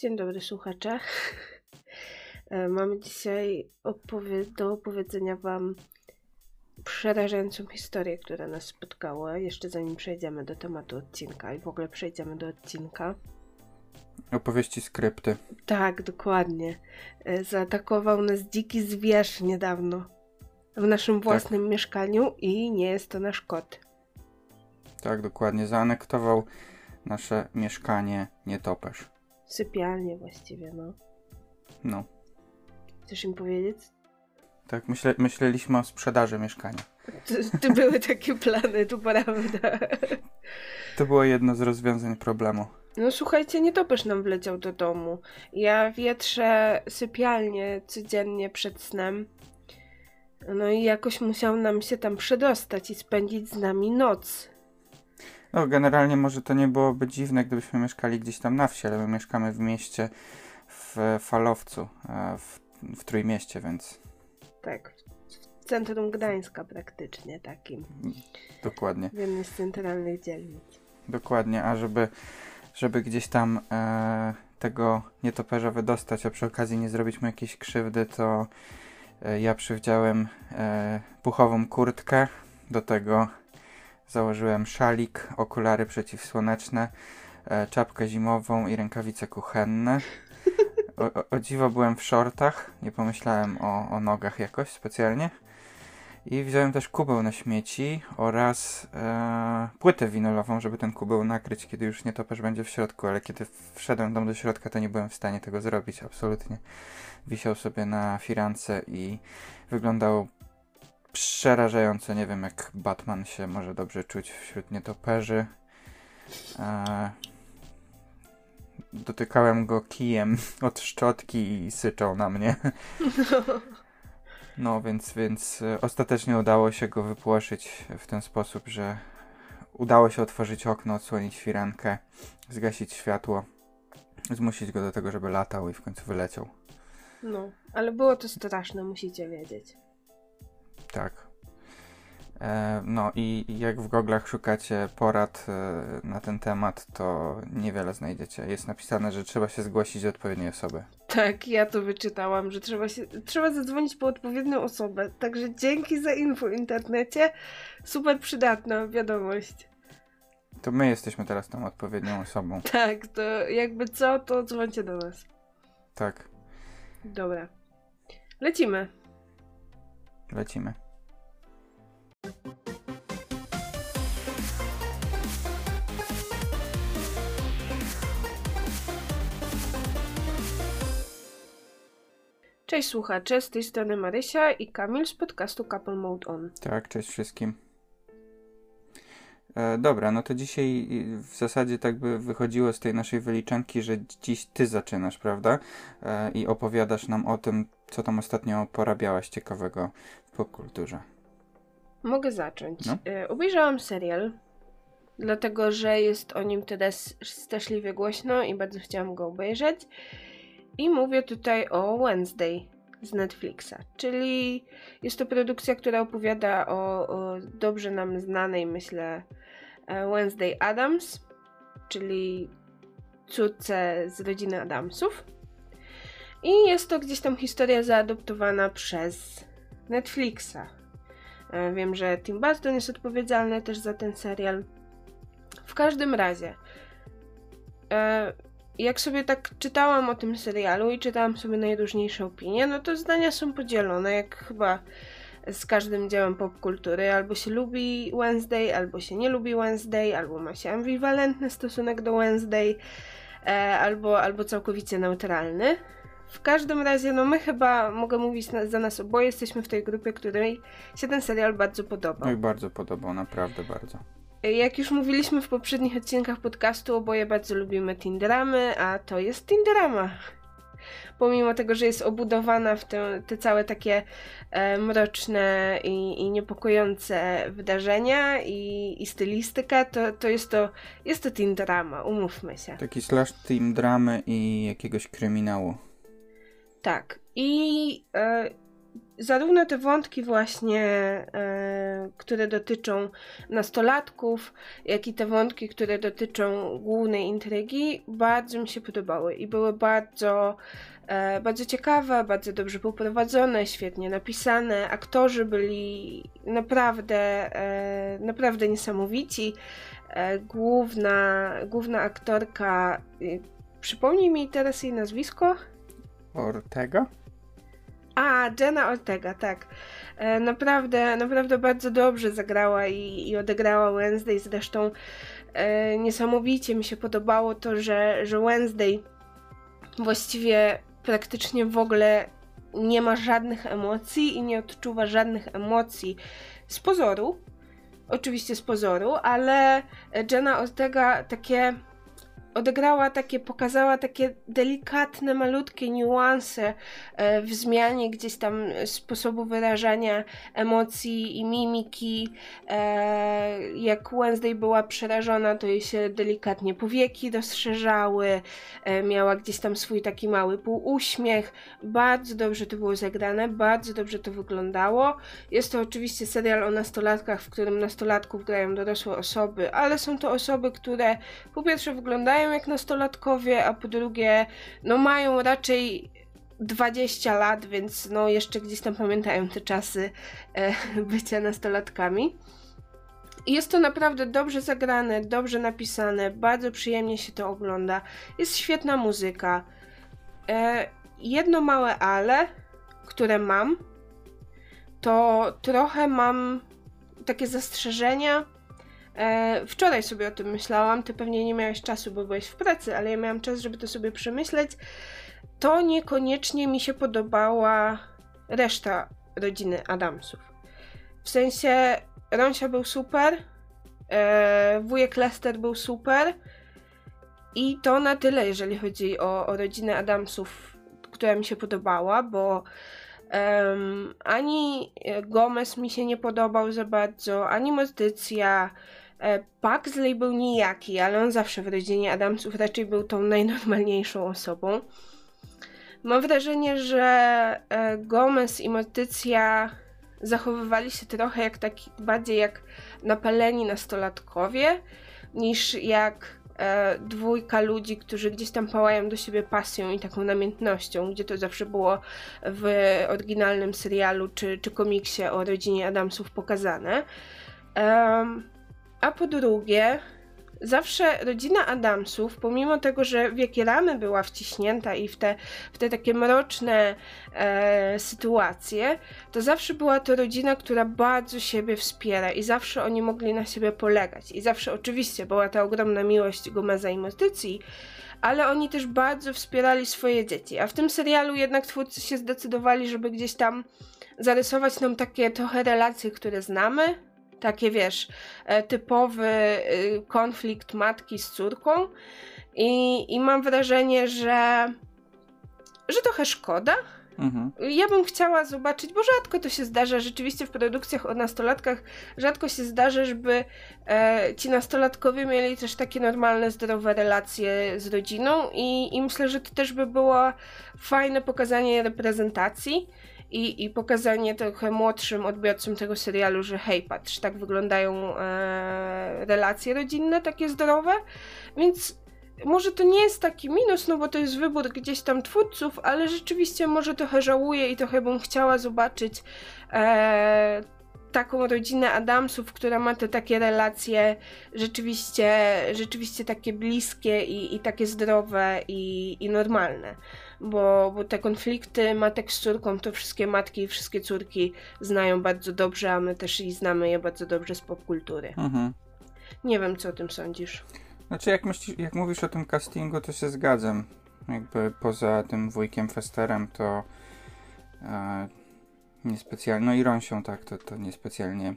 Dzień dobry słuchacze. Mamy dzisiaj do opowiedzenia wam przerażającą historię, która nas spotkała, jeszcze zanim przejdziemy do tematu odcinka i w ogóle przejdziemy do odcinka. Opowieści skrypty. Tak, dokładnie. Zaatakował nas dziki zwierz niedawno w naszym własnym mieszkaniu i nie jest to nasz kot. Tak, dokładnie. Zaanektował nasze mieszkanie nietoperz. Sypialnię właściwie, no. No. Chcesz im powiedzieć? Tak, myśleliśmy o sprzedaży mieszkania. To były takie plany, to prawda. To było jedno z rozwiązań problemu. No słuchajcie, nietoperz nam wleciał do domu. Ja wietrzę sypialnię codziennie przed snem. No i jakoś musiał nam się tam przedostać i spędzić z nami noc. No, generalnie może to nie byłoby dziwne, gdybyśmy mieszkali gdzieś tam na wsi, ale my mieszkamy w mieście, w Falowcu, w Trójmieście, więc... Tak, w centrum Gdańska praktycznie takim. Dokładnie. W jednej z centralnych dzielnic. Dokładnie, a żeby gdzieś tam tego nietoperza wydostać, a przy okazji nie zrobić mu jakiejś krzywdy, to ja przywdziałem puchową kurtkę, do tego założyłem szalik, okulary przeciwsłoneczne, czapkę zimową i rękawice kuchenne. O dziwo byłem w shortach, nie pomyślałem o nogach jakoś specjalnie. I wziąłem też kubeł na śmieci oraz płytę winylową, żeby ten kubeł nakryć, kiedy już nietoperz będzie w środku, ale kiedy wszedłem tam do środka, to nie byłem w stanie tego zrobić, absolutnie. Wisiał sobie na firance i wyglądał przerażająco. Nie wiem, jak Batman się może dobrze czuć wśród nietoperzy. Dotykałem go kijem od szczotki i syczał na mnie. No, więc ostatecznie udało się go wypłoszyć w ten sposób, że udało się otworzyć okno, odsłonić firankę, zgasić światło, zmusić go do tego, żeby latał i w końcu wyleciał. No, ale było to straszne, musicie wiedzieć. Tak. No i jak w goglach szukacie porad na ten temat, to niewiele znajdziecie. Jest napisane, że trzeba się zgłosić do odpowiedniej osoby. Tak, ja to wyczytałam, że trzeba zadzwonić po odpowiednią osobę. Także dzięki za info w internecie. Super przydatna wiadomość. To my jesteśmy teraz tą odpowiednią osobą. Tak, to jakby co, to dzwońcie do nas. Tak. Dobra. Lecimy. Lecimy. Cześć słuchacze, z tej strony Marysia i Kamil z podcastu Couple Mode On. Tak, cześć wszystkim. Dobra, no to dzisiaj w zasadzie tak by wychodziło z tej naszej wyliczanki, że dziś ty zaczynasz, prawda? I opowiadasz nam o tym, co tam ostatnio porabiałaś ciekawego w popkulturze. Mogę zacząć. No. Obejrzałam serial, dlatego że jest o nim teraz straszliwie głośno i bardzo chciałam go obejrzeć. I mówię tutaj o Wednesday z Netflixa, czyli jest to produkcja, która opowiada o dobrze nam znanej, myślę, Wednesday Addams, czyli córce z rodziny Addamsów. I jest to gdzieś tam historia zaadoptowana przez Netflixa. Wiem, że Tim Burton jest odpowiedzialny też za ten serial. W każdym razie jak sobie tak czytałam o tym serialu i czytałam sobie najróżniejsze opinie, no to zdania są podzielone, jak chyba z każdym dziełem popkultury. Albo się lubi Wednesday, albo się nie lubi Wednesday, albo ma się ambiwalentny stosunek do Wednesday, albo całkowicie neutralny. W każdym razie, no my chyba, mogę mówić za nas oboje, jesteśmy w tej grupie, której się ten serial bardzo podobał. No i bardzo podobał, naprawdę bardzo. Jak już mówiliśmy w poprzednich odcinkach podcastu, oboje bardzo lubimy teen dramy, a to jest teen drama. Pomimo tego, że jest obudowana w te całe takie mroczne i niepokojące wydarzenia i stylistyka, to jest to teen drama, umówmy się. Taki slash teen dramy i jakiegoś kryminału. Tak. I zarówno te wątki właśnie, które dotyczą nastolatków, jak i te wątki, które dotyczą głównej intrygi, bardzo mi się podobały i były bardzo ciekawe, bardzo dobrze poprowadzone, świetnie napisane. Aktorzy byli naprawdę niesamowici. Główna aktorka, przypomnij mi teraz jej nazwisko? Ortega? Jenna Ortega, tak. Naprawdę bardzo dobrze zagrała i odegrała Wednesday. Zresztą niesamowicie mi się podobało to, że Wednesday właściwie praktycznie w ogóle nie ma żadnych emocji i nie odczuwa żadnych emocji z pozoru. Oczywiście z pozoru, ale Jenna Ortega pokazała takie delikatne, malutkie niuanse w zmianie gdzieś tam sposobu wyrażania emocji i mimiki. Jak Wednesday była przerażona, to jej się delikatnie powieki rozszerzały, miała gdzieś tam swój taki mały półuśmiech. Bardzo dobrze to było zagrane, bardzo dobrze to wyglądało. Jest to oczywiście serial o nastolatkach, w którym nastolatków grają dorosłe osoby, ale są to osoby, które po pierwsze wyglądają jak nastolatkowie, a po drugie mają raczej 20 lat, więc jeszcze gdzieś tam pamiętają te czasy bycia nastolatkami. I jest to naprawdę dobrze zagrane, dobrze napisane, bardzo przyjemnie się to ogląda. Jest świetna muzyka. Jedno małe ale, które mam, to trochę mam takie zastrzeżenia. Wczoraj sobie o tym myślałam, ty pewnie nie miałeś czasu, bo byłeś w pracy, ale ja miałam czas, żeby to sobie przemyśleć. To niekoniecznie mi się podobała reszta rodziny Addamsów. W sensie Ronsia był super, wujek Lester był super i to na tyle, jeżeli chodzi o rodzinę Addamsów, która mi się podobała, bo ani Gomez mi się nie podobał za bardzo, ani Mortycja. Pugsley był nijaki, ale on zawsze w rodzinie Addamsów raczej był tą najnormalniejszą osobą. Mam wrażenie, że Gomez i Mortycja zachowywali się trochę bardziej jak napaleni nastolatkowie, niż jak dwójka ludzi, którzy gdzieś tam pałają do siebie pasją i taką namiętnością, gdzie to zawsze było w oryginalnym serialu czy komiksie o rodzinie Addamsów pokazane. A po drugie, zawsze rodzina Addamsów, pomimo tego, że w jakie ramy była wciśnięta i w te takie mroczne sytuacje, to zawsze była to rodzina, która bardzo siebie wspiera i zawsze oni mogli na siebie polegać. I zawsze oczywiście była ta ogromna miłość Gomeza i Mortycji, ale oni też bardzo wspierali swoje dzieci. A w tym serialu jednak twórcy się zdecydowali, żeby gdzieś tam zarysować nam takie trochę relacje, które znamy. Takie, wiesz, typowy konflikt matki z córką i mam wrażenie, że trochę szkoda. Ja bym chciała zobaczyć, bo rzadko to się zdarza, rzeczywiście w produkcjach o nastolatkach rzadko się zdarza, żeby ci nastolatkowie mieli też takie normalne, zdrowe relacje z rodziną i myślę, że to też by było fajne pokazanie reprezentacji. I pokazanie trochę młodszym odbiorcom tego serialu, że hej, patrz, tak wyglądają relacje rodzinne, takie zdrowe, więc może to nie jest taki minus, bo to jest wybór gdzieś tam twórców, ale rzeczywiście może trochę żałuję i trochę bym chciała zobaczyć taką rodzinę Addamsów, która ma te takie relacje rzeczywiście takie bliskie i takie zdrowe i normalne. Bo te konflikty matek z córką to wszystkie matki i wszystkie córki znają bardzo dobrze, a my też i znamy je bardzo dobrze z popkultury. Nie wiem, co o tym sądzisz. Znaczy, jak mówisz o tym castingu, to się zgadzam. Jakby poza tym wujkiem Festerem to niespecjalnie, no i Ronsią, tak, to niespecjalnie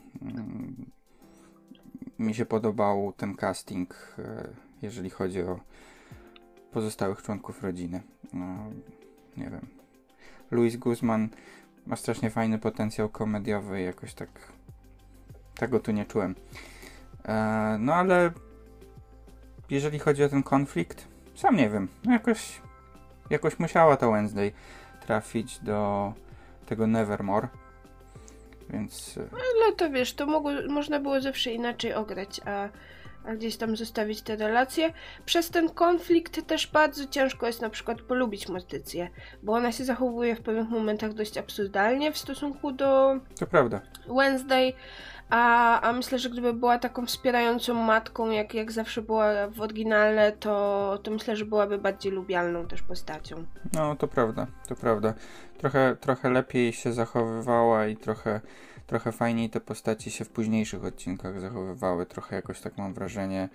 mi się podobał ten casting, jeżeli chodzi o pozostałych członków rodziny. No, nie wiem. Luis Guzman ma strasznie fajny potencjał komediowy, jakoś tak tego tu nie czułem. No ale jeżeli chodzi o ten konflikt, sam nie wiem. No jakoś musiała ta Wednesday trafić tego Nevermore. Więc... Ale to wiesz, to można było zawsze inaczej ograć, a gdzieś tam zostawić te relacje. Przez ten konflikt też bardzo ciężko jest na przykład polubić Mortycję, bo ona się zachowuje w pewnych momentach dość absurdalnie w stosunku do To prawda. Wednesday, a myślę, że gdyby była taką wspierającą matką, jak zawsze była w oryginale, to myślę, że byłaby bardziej lubialną też postacią. No, to prawda, to prawda. Trochę lepiej się zachowywała i trochę fajniej te postaci się w późniejszych odcinkach zachowywały. Trochę jakoś tak mam wrażenie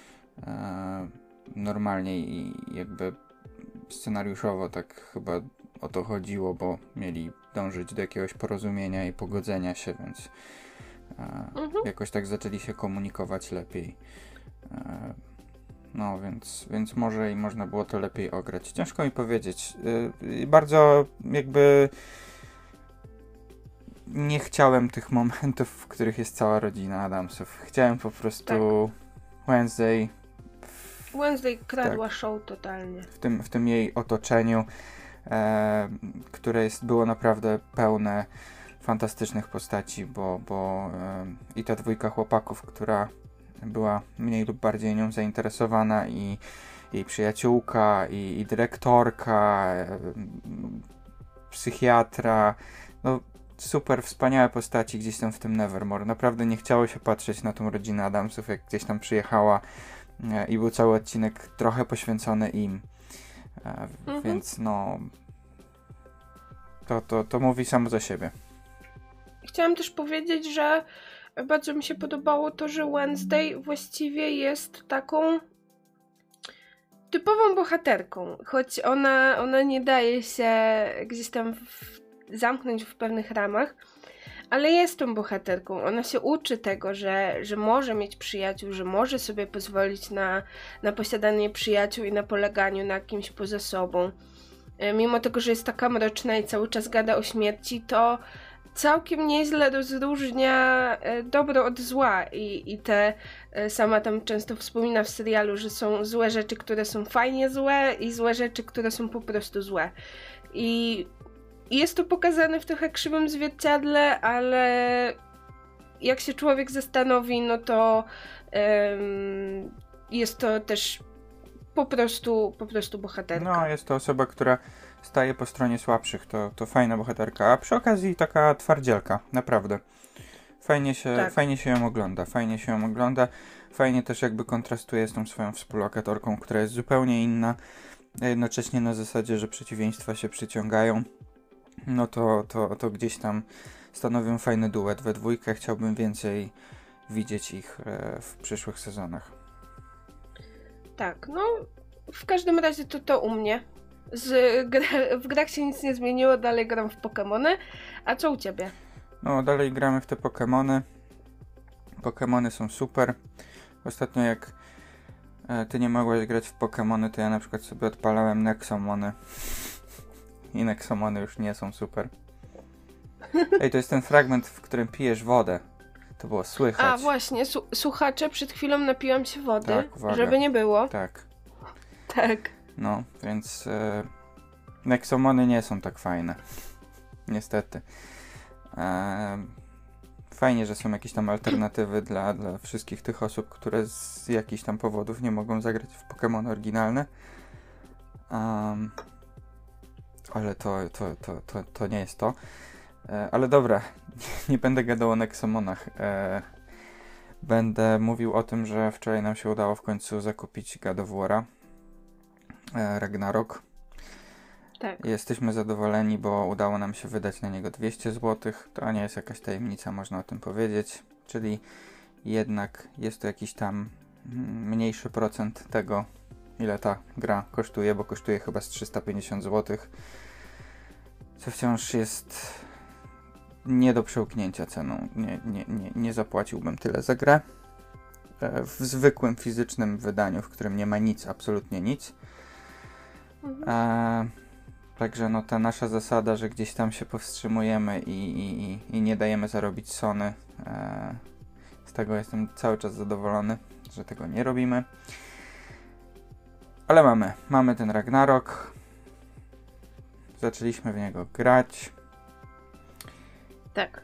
normalniej i jakby scenariuszowo tak chyba o to chodziło, bo mieli dążyć do jakiegoś porozumienia i pogodzenia się, więc jakoś tak zaczęli się komunikować lepiej. No, więc może i można było to lepiej ograć. Ciężko mi powiedzieć. Bardzo jakby nie chciałem tych momentów, w których jest cała rodzina Adamsów. Chciałem po prostu Wednesday kradła show totalnie. W tym jej otoczeniu, które było naprawdę pełne fantastycznych postaci, bo i ta dwójka chłopaków, która była mniej lub bardziej nią zainteresowana, i jej przyjaciółka, i dyrektorka, psychiatra, no super wspaniałe postaci gdzieś tam w tym Nevermore. Naprawdę nie chciało się patrzeć na tą rodzinę Adamsów, jak gdzieś tam przyjechała, i był cały odcinek trochę poświęcony im. Więc no to mówi samo za siebie. Chciałam też powiedzieć, że bardzo mi się podobało to, że Wednesday właściwie jest taką typową bohaterką, choć ona nie daje się gdzieś tam zamknąć w pewnych ramach, ale jest tą bohaterką. Ona się uczy tego, że może mieć przyjaciół, że może sobie pozwolić na posiadanie przyjaciół i na poleganiu na kimś poza sobą. Mimo tego, że jest taka mroczna i cały czas gada o śmierci, to całkiem nieźle rozróżnia dobro od zła i sama tam często wspomina w serialu, że są złe rzeczy, które są fajnie złe, i złe rzeczy, które są po prostu złe. I jest to pokazane w trochę krzywym zwierciadle, ale jak się człowiek zastanowi, no to jest to też po prostu bohaterka. No, jest to osoba, która staje po stronie słabszych. To fajna bohaterka, a przy okazji taka twardzielka, naprawdę. Fajnie się ją ogląda. Fajnie też jakby kontrastuje z tą swoją współlokatorką, która jest zupełnie inna, a jednocześnie na zasadzie, że przeciwieństwa się przyciągają. No to gdzieś tam stanowią fajny duet we dwójkę. Chciałbym więcej widzieć ich w przyszłych sezonach. Tak, no w każdym razie to u mnie. W grach się nic nie zmieniło, dalej gram w Pokemony. A co u ciebie? No, dalej gramy w te Pokemony. Pokemony są super. Ostatnio jak ty nie mogłeś grać w Pokemony, to ja na przykład sobie odpalałem Nexomony. I Nexomony już nie są super. Ej, to jest ten fragment, w którym pijesz wodę. To było słychać. A właśnie, słuchacze, przed chwilą napiłam się wody, Tak, uwaga. żeby nie było. Tak. Tak. No, więc Nexomony nie są tak fajne. Niestety. Fajnie, że są jakieś tam alternatywy dla wszystkich tych osób, które z jakichś tam powodów nie mogą zagrać w Pokémon oryginalne. Ale to nie jest to. Ale dobra, nie będę gadał o Nexomonach. Będę mówił o tym, że wczoraj nam się udało w końcu zakupić God of War'a Ragnarok. Tak. Jesteśmy zadowoleni, bo udało nam się wydać na niego 200 zł. To nie jest jakaś tajemnica, można o tym powiedzieć. Czyli jednak jest to jakiś tam mniejszy procent tego, ile ta gra kosztuje, bo kosztuje chyba z 350 zł. Co wciąż jest nie do przełknięcia ceną. Nie zapłaciłbym tyle za grę. W zwykłym fizycznym wydaniu, w którym nie ma nic, absolutnie nic. Także no ta nasza zasada, że gdzieś tam się powstrzymujemy i nie dajemy zarobić Sony, z tego jestem cały czas zadowolony, że tego nie robimy. Ale mamy ten Ragnarok. Zaczęliśmy w niego grać. Tak.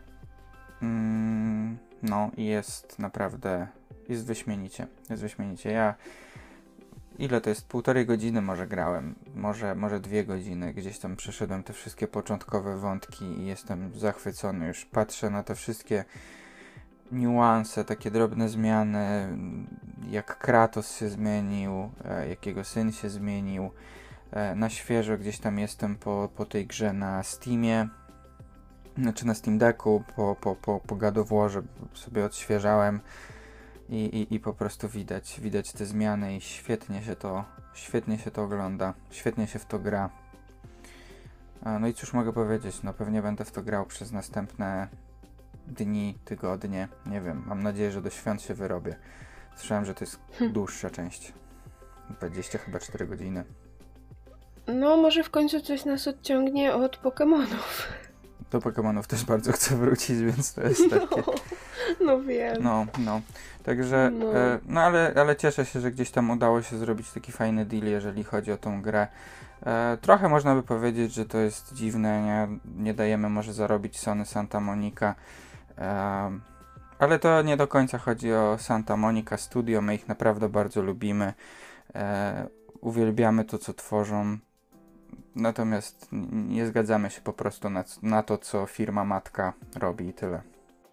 No i jest naprawdę, jest wyśmienicie. Jest wyśmienicie. Ja ile to jest? 1,5 godziny może grałem, może 2 godziny. Gdzieś tam przeszedłem te wszystkie początkowe wątki i jestem zachwycony. Już patrzę na te wszystkie niuanse, takie drobne zmiany, jak Kratos się zmienił, jak jego syn się zmienił. Na świeżo gdzieś tam jestem po tej grze na Steamie, znaczy na Steam Decku, po God of Warze sobie odświeżałem i po prostu widać te zmiany i świetnie się to ogląda, świetnie się w to gra. No i cóż mogę powiedzieć, no pewnie będę w to grał przez następne dni, tygodnie, nie wiem, mam nadzieję, że do świąt się wyrobię. Słyszałem, że to jest dłuższa część, 24 godziny. No, może w końcu coś nas odciągnie od Pokemonów. Do Pokemonów też bardzo chcę wrócić, więc to jest takie... No wiem. No. Także, ale cieszę się, że gdzieś tam udało się zrobić taki fajny deal, jeżeli chodzi o tą grę. Trochę można by powiedzieć, że to jest dziwne, nie dajemy może zarobić Sony Santa Monica, ale to nie do końca chodzi o Santa Monica Studio, my ich naprawdę bardzo lubimy, uwielbiamy to, co tworzą. Natomiast nie zgadzamy się po prostu na to, co firma matka robi i tyle.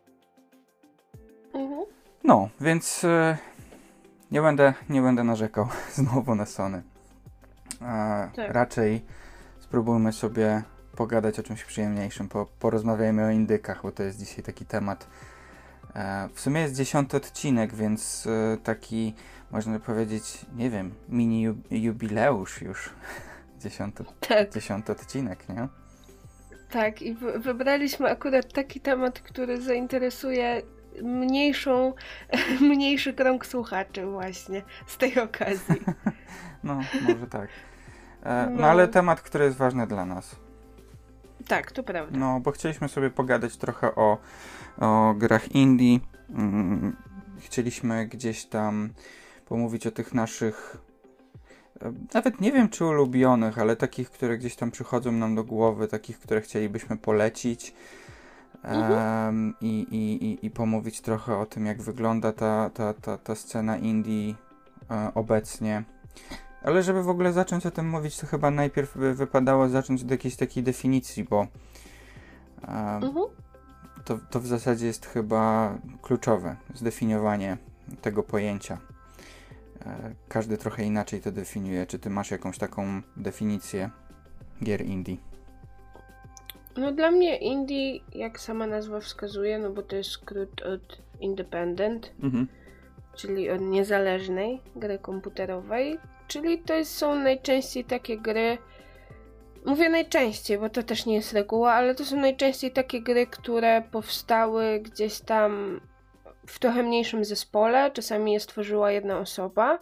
No, więc nie będę narzekał znowu na Sony. Tak. Raczej spróbujmy sobie pogadać o czymś przyjemniejszym. Porozmawiajmy o indykach, bo to jest dzisiaj taki temat. W sumie jest 10. odcinek, więc taki, można powiedzieć, nie wiem, mini jubileusz już. 10 odcinek, nie? Tak, i wybraliśmy akurat taki temat, który zainteresuje mniejszy krąg słuchaczy właśnie z tej okazji. No, może tak. No ale temat, który jest ważny dla nas. Tak, to prawda. No, bo chcieliśmy sobie pogadać trochę o grach indie. Chcieliśmy gdzieś tam pomówić o tych naszych, nawet nie wiem czy ulubionych, ale takich, które gdzieś tam przychodzą nam do głowy, takich, które chcielibyśmy polecić. I pomówić trochę o tym, jak wygląda ta scena indie obecnie. Ale żeby w ogóle zacząć o tym mówić, to chyba najpierw by wypadało zacząć od jakiejś takiej definicji, bo to w zasadzie jest chyba kluczowe, zdefiniowanie tego pojęcia. Każdy trochę inaczej to definiuje. Czy ty masz jakąś taką definicję gier indie? No dla mnie indie, jak sama nazwa wskazuje, no bo to jest skrót od independent, czyli od niezależnej gry komputerowej, czyli to są najczęściej takie gry, mówię najczęściej, bo to też nie jest reguła, ale to są najczęściej takie gry, które powstały gdzieś tam w trochę mniejszym zespole, czasami je stworzyła jedna osoba,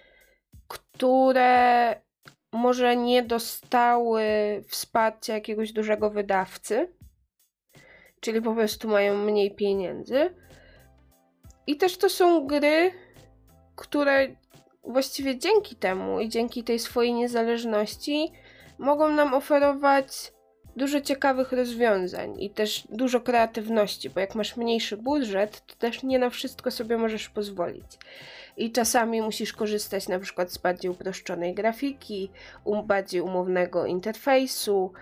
które może nie dostały wsparcia jakiegoś dużego wydawcy, czyli po prostu mają mniej pieniędzy. I też to są gry, które właściwie dzięki temu i dzięki tej swojej niezależności mogą nam oferować dużo ciekawych rozwiązań i też dużo kreatywności, bo jak masz mniejszy budżet, to też nie na wszystko sobie możesz pozwolić. I czasami musisz korzystać na przykład z bardziej uproszczonej grafiki, bardziej umownego interfejsu,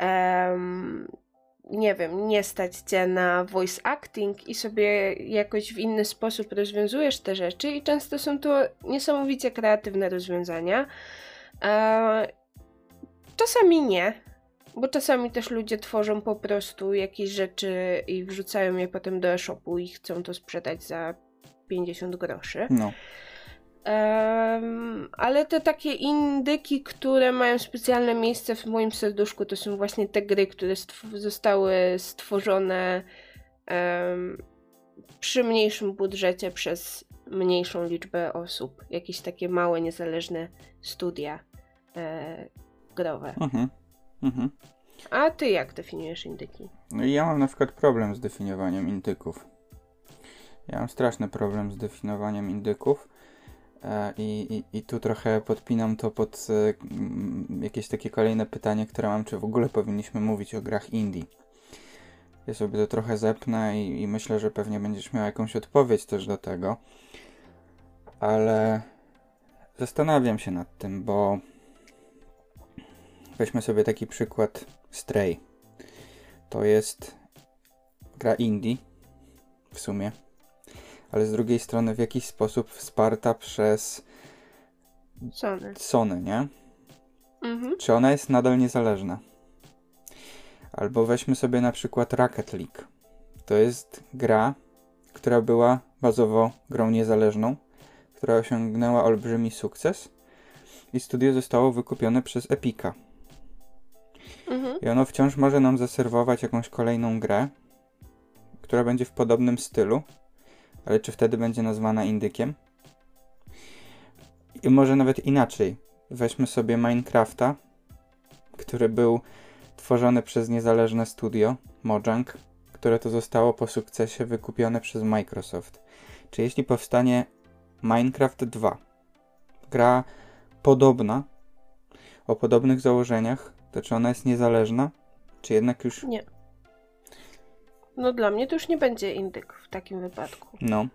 nie wiem, nie stać cię na voice acting i sobie jakoś w inny sposób rozwiązujesz te rzeczy i często są to niesamowicie kreatywne rozwiązania. Czasami nie, bo czasami też ludzie tworzą po prostu jakieś rzeczy i wrzucają je potem do e-shopu i chcą to sprzedać za 50 groszy. No. Ale te takie indyki, które mają specjalne miejsce w moim serduszku, to są właśnie te gry, które zostały stworzone przy mniejszym budżecie przez mniejszą liczbę osób. Jakieś takie małe, niezależne studia growe. A ty jak definiujesz indyki? No i ja mam na przykład problem z definiowaniem indyków. Ja mam straszny problem z definiowaniem indyków. I tu trochę podpinam to pod jakieś takie kolejne pytanie, które mam, czy w ogóle powinniśmy mówić o grach indie. Ja sobie to trochę zepnę i myślę, że pewnie będziesz miał jakąś odpowiedź też do tego. Ale zastanawiam się nad tym, bo weźmy sobie taki przykład Stray. To jest gra indie w sumie, ale z drugiej strony w jakiś sposób wsparta przez Sony, nie? Mhm. Czy ona jest nadal niezależna? Albo weźmy sobie na przykład Rocket League. To jest gra, która była bazowo grą niezależną, która osiągnęła olbrzymi sukces i studio zostało wykupione przez Epica. Mhm. I ono wciąż może nam zaserwować jakąś kolejną grę, która będzie w podobnym stylu, ale czy wtedy będzie nazwana indykiem? I może nawet inaczej. Weźmy sobie Minecrafta, który był tworzony przez niezależne studio, Mojang, które to zostało po sukcesie wykupione przez Microsoft. Czy jeśli powstanie Minecraft 2, gra podobna, o podobnych założeniach, to czy ona jest niezależna? Czy jednak już... Nie. No dla mnie to już nie będzie indyk w takim wypadku. No.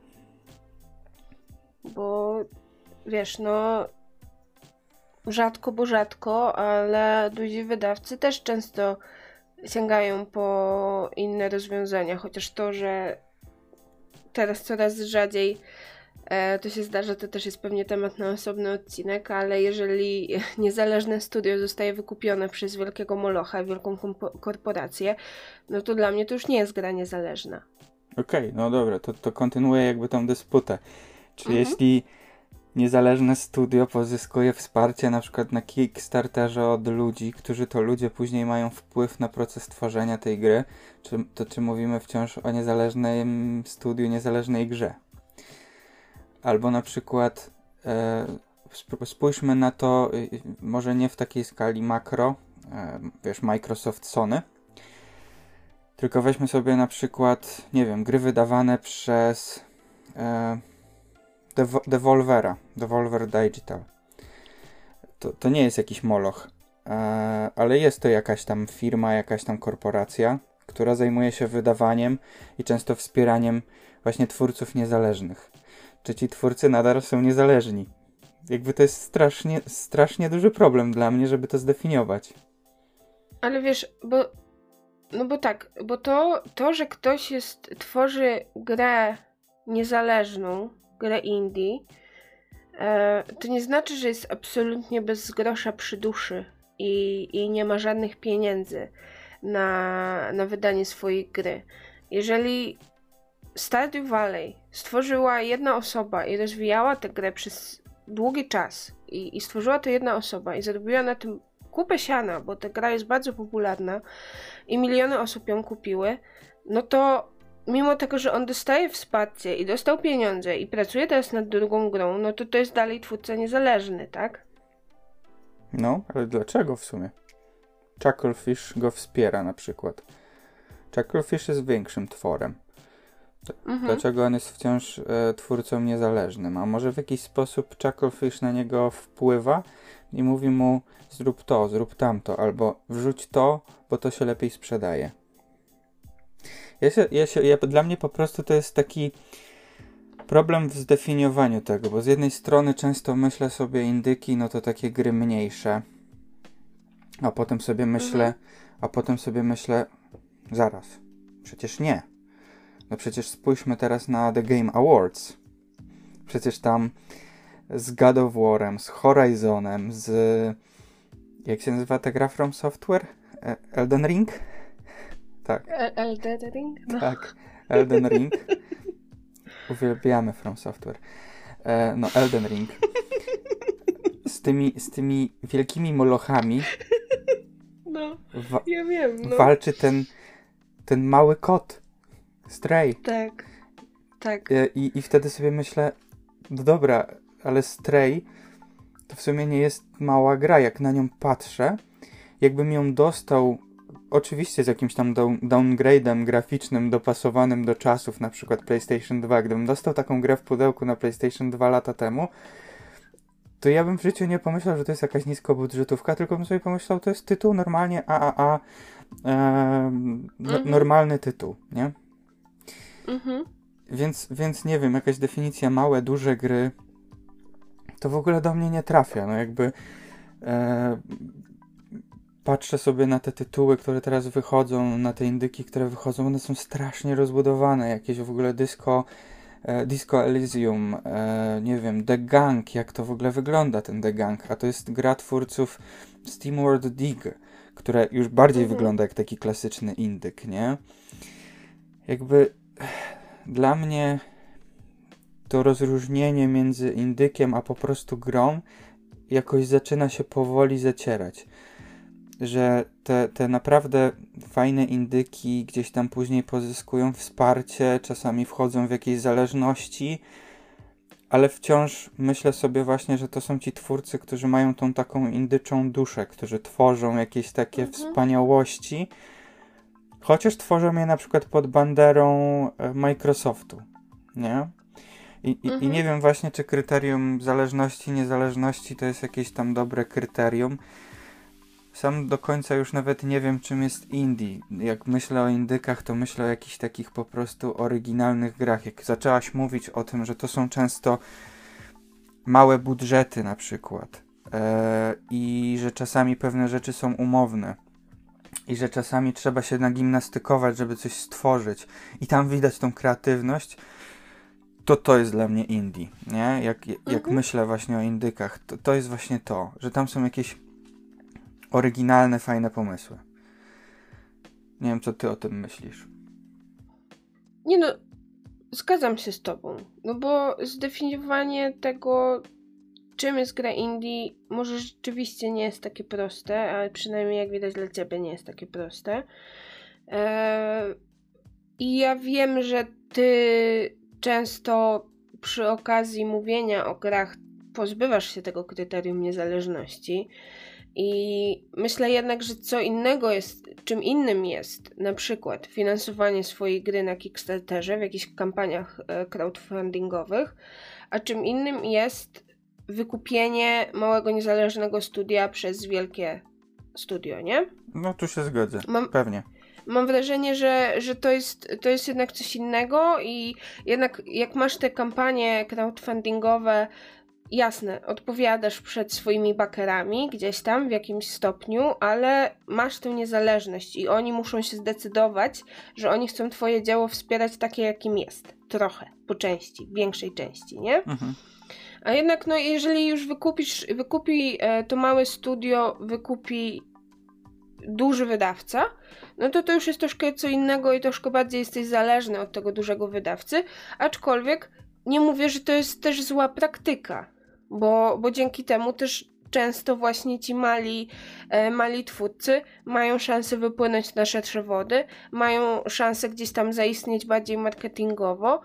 Bo wiesz, no rzadko, ale duzi wydawcy też często sięgają po inne rozwiązania, chociaż to, że teraz coraz rzadziej to się zdarza, to też jest pewnie temat na osobny odcinek, ale jeżeli niezależne studio zostaje wykupione przez wielkiego molocha, wielką korporację, no to dla mnie to już nie jest gra niezależna. Okej, no dobra, to kontynuuję jakby tą dysputę. Czy jeśli niezależne studio pozyskuje wsparcie na przykład na Kickstarterze od ludzi, którzy to ludzie później mają wpływ na proces tworzenia tej gry, czy mówimy wciąż o niezależnym studiu, niezależnej grze? Albo na przykład spójrzmy na to, może nie w takiej skali makro, wiesz, Microsoft, Sony, tylko weźmy sobie na przykład, nie wiem, gry wydawane przez Devolver Digital. To nie jest jakiś moloch, ale jest to jakaś tam firma, jakaś tam korporacja, która zajmuje się wydawaniem i często wspieraniem właśnie twórców niezależnych. Czy ci twórcy nadal są niezależni? Jakby to jest strasznie duży problem dla mnie, żeby to zdefiniować. Ale wiesz, bo to, że ktoś tworzy grę niezależną, grę indie, to nie znaczy, że jest absolutnie bez grosza przy duszy i nie ma żadnych pieniędzy na wydanie swojej gry. Jeżeli Stardew Valley stworzyła jedna osoba i rozwijała tę grę przez długi czas i stworzyła to jedna osoba i zarobiła na tym kupę siana, bo ta gra jest bardzo popularna i miliony osób ją kupiły, no to mimo tego, że on dostaje wsparcie i dostał pieniądze i pracuje teraz nad drugą grą, no to jest dalej twórca niezależny, tak? No, ale dlaczego w sumie? Chucklefish go wspiera na przykład. Chucklefish jest większym tworem. Dlaczego on jest wciąż twórcą niezależnym? A może w jakiś sposób Chucklefish na niego wpływa i mówi mu zrób to, zrób tamto, albo wrzuć to, bo to się lepiej sprzedaje. Dla mnie po prostu to jest taki problem w zdefiniowaniu tego, bo z jednej strony często myślę sobie indyki, no to takie gry mniejsze, a potem sobie myślę, zaraz, przecież nie. No przecież spójrzmy teraz na The Game Awards. Przecież tam z God of War'em, z Horizonem, z... Jak się nazywa ta gra From Software? Elden Ring? Tak. Elden Ring? No. Tak, Elden Ring. Uwielbiamy From Software. Elden Ring. Z tymi wielkimi molochami No, ja wiem, no. walczy ten mały kot. Stray. Tak. I wtedy sobie myślę, no dobra, ale Stray to w sumie nie jest mała gra. Jak na nią patrzę, jakbym ją dostał oczywiście z jakimś tam downgrade'em graficznym dopasowanym do czasów, na przykład PlayStation 2. Gdybym dostał taką grę w pudełku na PlayStation 2 lata temu, to ja bym w życiu nie pomyślał, że to jest jakaś niskobudżetówka, tylko bym sobie pomyślał, to jest tytuł normalnie AAA, normalny tytuł, nie? Mhm. Więc nie wiem, jakaś definicja małe, duże gry to w ogóle do mnie nie trafia. No jakby patrzę sobie na te tytuły, które teraz wychodzą, na te indyki, które wychodzą, one są strasznie rozbudowane. Jakieś w ogóle Disco Elysium, nie wiem, The Gang, jak to w ogóle wygląda ten The Gang, a to jest gra twórców SteamWorld Dig, które już bardziej wygląda jak taki klasyczny indyk, nie? Jakby dla mnie to rozróżnienie między indykiem a po prostu grą jakoś zaczyna się powoli zacierać. Że te naprawdę fajne indyki gdzieś tam później pozyskują wsparcie, czasami wchodzą w jakieś zależności, ale wciąż myślę sobie właśnie, że to są ci twórcy, którzy mają tą taką indyczą duszę, którzy tworzą jakieś takie wspaniałości, chociaż tworzą je na przykład pod banderą Microsoftu, nie? I nie wiem właśnie, czy kryterium zależności, niezależności to jest jakieś tam dobre kryterium. Sam do końca już nawet nie wiem, czym jest indie. Jak myślę o indykach, to myślę o jakichś takich po prostu oryginalnych grach. Jak zaczęłaś mówić o tym, że to są często małe budżety na przykład i że czasami pewne rzeczy są umowne i że czasami trzeba się nagimnastykować, żeby coś stworzyć i tam widać tą kreatywność, to jest dla mnie indie, nie? Jak myślę właśnie o indykach, to jest właśnie to, że tam są jakieś oryginalne, fajne pomysły. Nie wiem, co ty o tym myślisz. Nie no, zgadzam się z tobą. No bo zdefiniowanie tego, czym jest gra indie, może rzeczywiście nie jest takie proste, ale przynajmniej jak widać dla ciebie nie jest takie proste. I ja wiem, że ty często przy okazji mówienia o grach pozbywasz się tego kryterium niezależności. I myślę jednak, że co innego jest, czym innym jest na przykład finansowanie swojej gry na Kickstarterze w jakichś kampaniach crowdfundingowych, a czym innym jest wykupienie małego niezależnego studia przez wielkie studio, nie? No tu się zgodzę, pewnie. Mam wrażenie, że to jest jednak coś innego i jednak jak masz te kampanie crowdfundingowe, jasne, odpowiadasz przed swoimi backerami gdzieś tam w jakimś stopniu, ale masz tę niezależność i oni muszą się zdecydować, że oni chcą twoje dzieło wspierać takie, jakim jest. Trochę, po większej części, nie? A jednak, no jeżeli już wykupi to małe studio, wykupi duży wydawca, no to już jest troszkę co innego i troszkę bardziej jesteś zależny od tego dużego wydawcy, aczkolwiek nie mówię, że to jest też zła praktyka, bo dzięki temu też często właśnie ci mali twórcy mają szansę wypłynąć na szersze wody, mają szansę gdzieś tam zaistnieć bardziej marketingowo.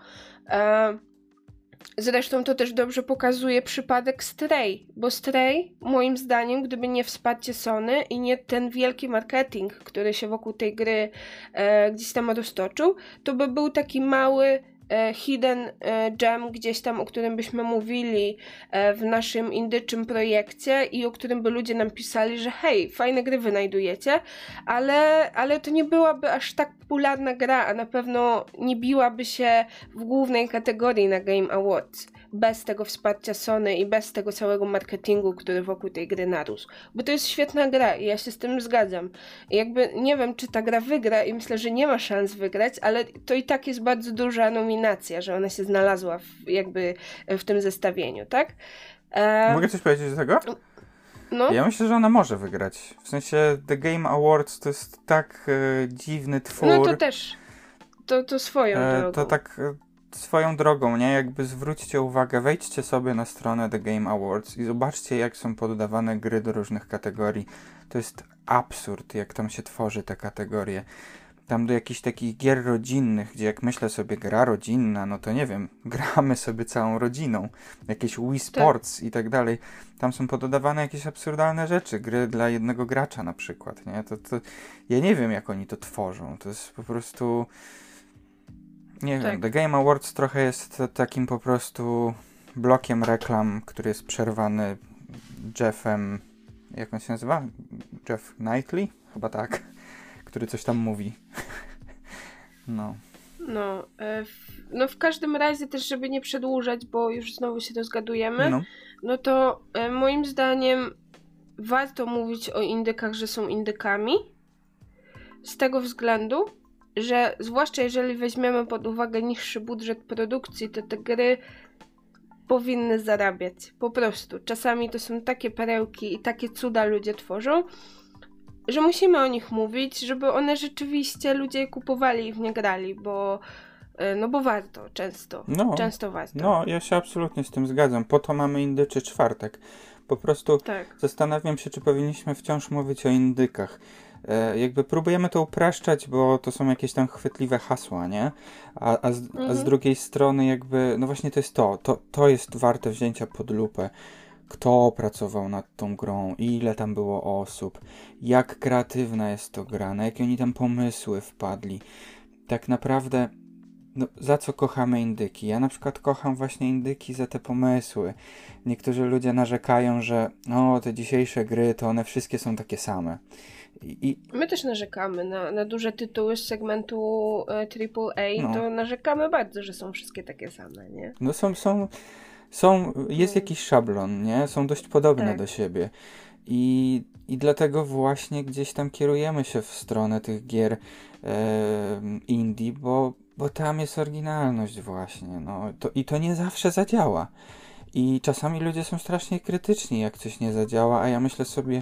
Zresztą to też dobrze pokazuje przypadek Stray, bo Stray, moim zdaniem, gdyby nie wsparcie Sony i nie ten wielki marketing, który się wokół tej gry gdzieś tam roztoczył, to by był taki mały hidden gem gdzieś tam, o którym byśmy mówili w naszym indyczym projekcie i o którym by ludzie nam pisali, że hej, fajne gry wynajdujecie, ale to nie byłaby aż tak popularna gra, a na pewno nie biłaby się w głównej kategorii na Game Awards bez tego wsparcia Sony i bez tego całego marketingu, który wokół tej gry narósł. Bo to jest świetna gra i ja się z tym zgadzam. I jakby nie wiem, czy ta gra wygra i myślę, że nie ma szans wygrać, ale to i tak jest bardzo duża nominacja, że ona się znalazła w tym zestawieniu, tak? Mogę coś powiedzieć do tego? No? Ja myślę, że ona może wygrać. W sensie The Game Awards to jest tak dziwny twór. No to też. To swoją drogą. To tak swoją drogą, nie? Jakby zwróćcie uwagę, wejdźcie sobie na stronę The Game Awards i zobaczcie, jak są poddawane gry do różnych kategorii. To jest absurd, jak tam się tworzy te kategorie. Tam do jakichś takich gier rodzinnych, gdzie jak myślę sobie gra rodzinna, no to nie wiem, gramy sobie całą rodziną. Jakieś Wii Sports i tak dalej. Tam są poddawane jakieś absurdalne rzeczy. Gry dla jednego gracza na przykład, nie? To ja nie wiem, jak oni to tworzą. To jest po prostu... Nie wiem, The Game Awards trochę jest takim po prostu blokiem reklam, który jest przerwany Jeffem, jak on się nazywa? Jeff Knightley? Chyba tak. który coś tam mówi. No. No w każdym razie też, żeby nie przedłużać, bo już znowu się rozgadujemy, no to moim zdaniem warto mówić o indykach, że są indykami, z tego względu, że zwłaszcza jeżeli weźmiemy pod uwagę niższy budżet produkcji, to te gry powinny zarabiać. Po prostu. Czasami to są takie perełki i takie cuda ludzie tworzą, że musimy o nich mówić, żeby one rzeczywiście ludzie kupowali i w nie grali, bo warto, często warto. No, ja się absolutnie z tym zgadzam. Po to mamy Indyczy Czwartek. Po prostu zastanawiam się, czy powinniśmy wciąż mówić o indykach. Jakby próbujemy to upraszczać, bo to są jakieś tam chwytliwe hasła, nie? A z drugiej strony jakby, no właśnie to jest to jest warte wzięcia pod lupę. Kto pracował nad tą grą, ile tam było osób, jak kreatywna jest to gra, na jakie oni tam pomysły wpadli. Tak naprawdę, no, za co kochamy indyki? Ja na przykład kocham właśnie indyki za te pomysły. Niektórzy ludzie narzekają, że te dzisiejsze gry, to one wszystkie są takie same. My też narzekamy na duże tytuły z segmentu AAA, to narzekamy bardzo, że są wszystkie takie same, nie? No jest jakiś szablon, nie? Są dość podobne do siebie. I dlatego właśnie gdzieś tam kierujemy się w stronę tych gier indie, bo tam jest oryginalność właśnie. No. To nie zawsze zadziała. I czasami ludzie są strasznie krytyczni, jak coś nie zadziała, a ja myślę sobie,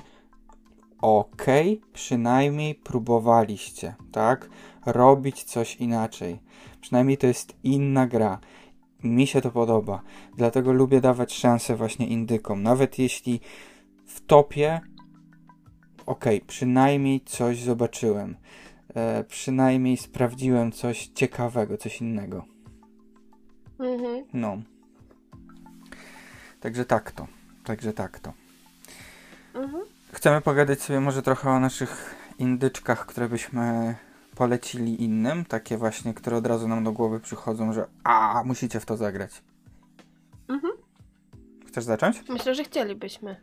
przynajmniej próbowaliście, tak? Robić coś inaczej. Przynajmniej to jest inna gra. Mi się to podoba. Dlatego lubię dawać szansę właśnie indykom. Nawet jeśli w topie przynajmniej coś zobaczyłem. Przynajmniej sprawdziłem coś ciekawego, coś innego. No. Także tak to. Chcemy pogadać sobie może trochę o naszych indyczkach, które byśmy polecili innym. Takie właśnie, które od razu nam do głowy przychodzą, że musicie w to zagrać. Chcesz zacząć? Myślę, że chcielibyśmy.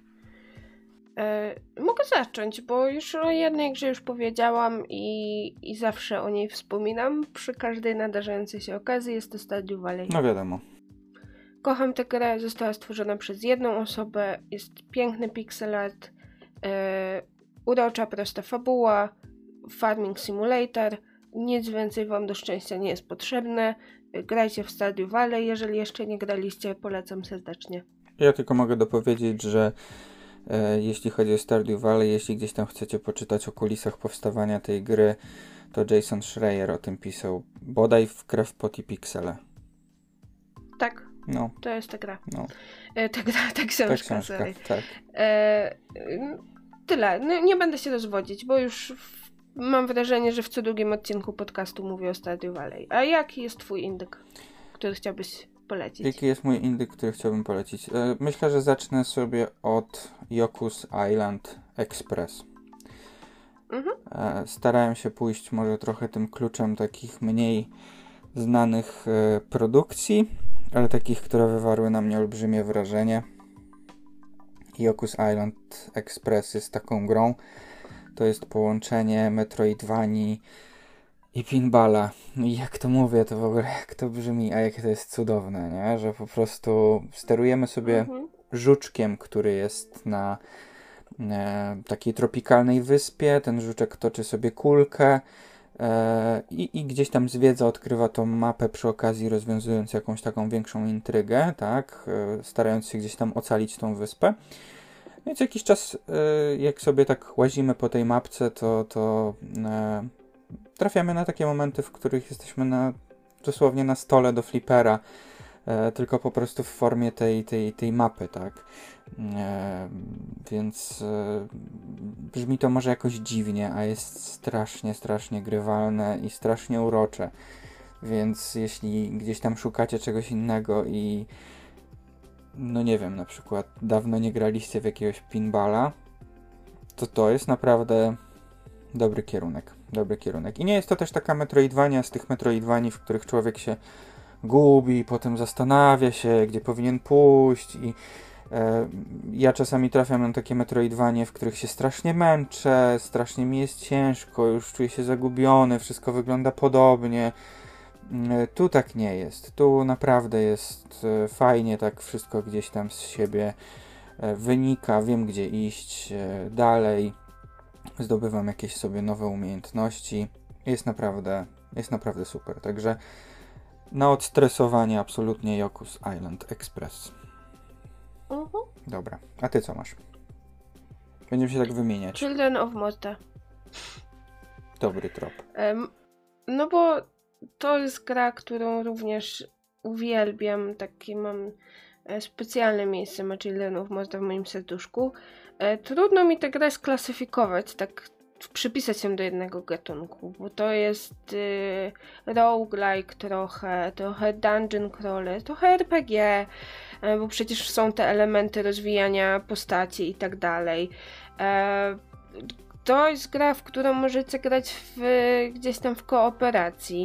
Mogę zacząć, bo już o jednej grze już powiedziałam i zawsze o niej wspominam przy każdej nadarzającej się okazji. Jest to Stardew Valley. No wiadomo. Kocham tę grę, została stworzona przez jedną osobę, jest piękny pixel art, urocza, prosta fabuła, farming simulator, nic więcej wam do szczęścia nie jest potrzebne. Grajcie w Stardew Valley, jeżeli jeszcze nie graliście, polecam serdecznie. Ja tylko mogę dopowiedzieć, że jeśli chodzi o Stardew Valley, jeśli gdzieś tam chcecie poczytać o kulisach powstawania tej gry, to Jason Schreier o tym pisał. Bodaj w Krew, pot i piksele. Tak. No. To jest ta gra. No. Ta książka. Tak. Tyle. No, nie będę się rozwodzić, bo już mam wrażenie, że w co drugim odcinku podcastu mówię o Stardew Valley. A jaki jest twój indyk, który chciałbyś polecić? Jaki jest mój indyk, który chciałbym polecić? Myślę, że zacznę sobie od Yoku's Island Express. Starałem się pójść może trochę tym kluczem takich mniej znanych produkcji, ale takich, które wywarły na mnie olbrzymie wrażenie. Yoku's Island Express jest taką grą. To jest połączenie Metroidvanii i pinballa. No i jak to mówię, to w ogóle jak to brzmi, a jakie to jest cudowne, nie? Że po prostu sterujemy sobie żuczkiem, który jest na takiej tropikalnej wyspie. Ten żuczek toczy sobie kulkę i gdzieś tam zwiedza, odkrywa tą mapę przy okazji, rozwiązując jakąś taką większą intrygę, tak? Starając się gdzieś tam ocalić tą wyspę. Więc jakiś czas, jak sobie tak łazimy po tej mapce, to trafiamy na takie momenty, w których jesteśmy dosłownie na stole do flipera, tylko po prostu w formie tej mapy, tak? Więc brzmi to może jakoś dziwnie, a jest strasznie, strasznie grywalne i strasznie urocze. Więc jeśli gdzieś tam szukacie czegoś innego i no nie wiem, na przykład dawno nie graliście w jakiegoś pinballa, to jest naprawdę dobry kierunek. I nie jest to też taka Metroidvania z tych Metroidvanii, w których człowiek się gubi, potem zastanawia się, gdzie powinien pójść Ja czasami trafiam na takie Metroidvanie, w których się strasznie męczę, strasznie mi jest ciężko, już czuję się zagubiony, wszystko wygląda podobnie. Tu tak nie jest. Tu naprawdę jest fajnie, tak wszystko gdzieś tam z siebie wynika, wiem gdzie iść dalej, zdobywam jakieś sobie nowe umiejętności. Jest naprawdę super. Także na odstresowanie absolutnie Yoku's Island Express. Dobra, a ty co masz? Będziemy się tak wymieniać. Children of Morta. Dobry trop. No bo to jest gra, którą również uwielbiam. Takie mam specjalne miejsce ma Children of Morta w moim serduszku. Trudno mi tę grę sklasyfikować, tak przypisać ją do jednego gatunku, bo to jest roguelike trochę dungeon crawler, trochę RPG, bo przecież są te elementy rozwijania postaci i tak dalej. To jest gra, w którą możecie grać gdzieś tam w kooperacji.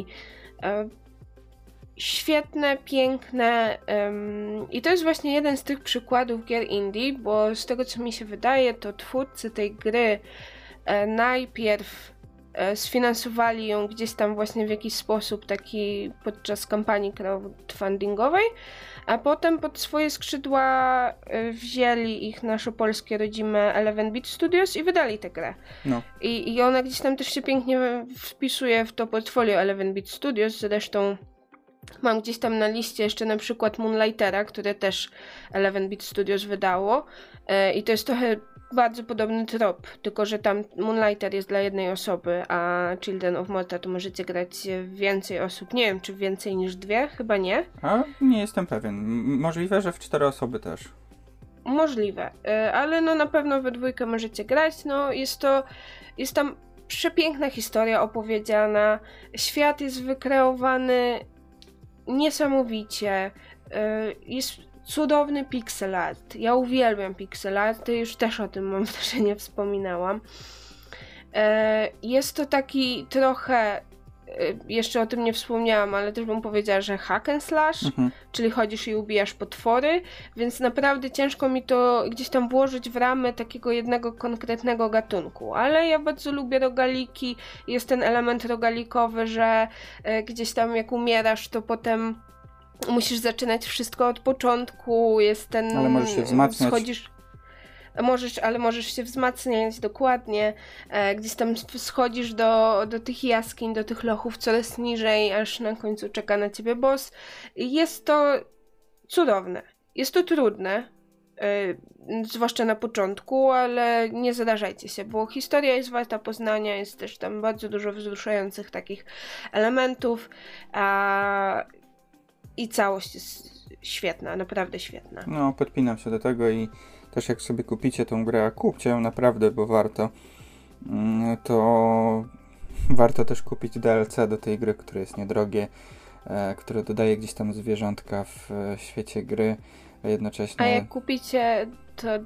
Świetne, piękne i to jest właśnie jeden z tych przykładów gier indie, bo z tego co mi się wydaje, to twórcy tej gry najpierw sfinansowali ją gdzieś tam właśnie w jakiś sposób taki podczas kampanii crowdfundingowej, a potem pod swoje skrzydła wzięli ich nasze polskie rodzime 11-bit Studios i wydali tę grę. No. I ona gdzieś tam też się pięknie wpisuje w to portfolio 11-bit Studios, zresztą mam gdzieś tam na liście jeszcze na przykład Moonlightera, które też 11-bit Studios wydało i to jest trochę bardzo podobny trop, tylko że tam Moonlighter jest dla jednej osoby, a Children of Morta to możecie grać więcej osób. Nie wiem, czy więcej niż 2, chyba nie. A nie jestem pewien. Możliwe, że w 4 osoby też. Możliwe, ale no na pewno we 2 możecie grać. No jest tam przepiękna historia opowiedziana, świat jest wykreowany niesamowicie, jest cudowny pixel art. Ja uwielbiam pixel art, już też o tym mam wrażenie wspominałam. Jest to taki trochę, jeszcze o tym nie wspomniałam, ale też bym powiedziała, że hack and slash, czyli chodzisz i ubijasz potwory, więc naprawdę ciężko mi to gdzieś tam włożyć w ramy takiego jednego konkretnego gatunku, ale ja bardzo lubię rogaliki, jest ten element rogalikowy, że gdzieś tam jak umierasz, to potem musisz zaczynać wszystko od początku, jest ten... Ale możesz się wzmacniać. Ale możesz się wzmacniać, dokładnie. Gdzieś tam schodzisz do tych jaskiń, do tych lochów coraz niżej, aż na końcu czeka na ciebie boss. Jest to cudowne. Jest to trudne, zwłaszcza na początku, ale nie zadarzajcie się, bo historia jest warta poznania, jest też tam bardzo dużo wzruszających takich elementów. I całość jest świetna, naprawdę świetna. No, podpinam się do tego i też jak sobie kupicie tą grę, a kupcie ją naprawdę, bo warto, to warto też kupić DLC do tej gry, które jest niedrogie, które dodaje gdzieś tam zwierzątka w świecie gry, a jednocześnie... A jak kupicie to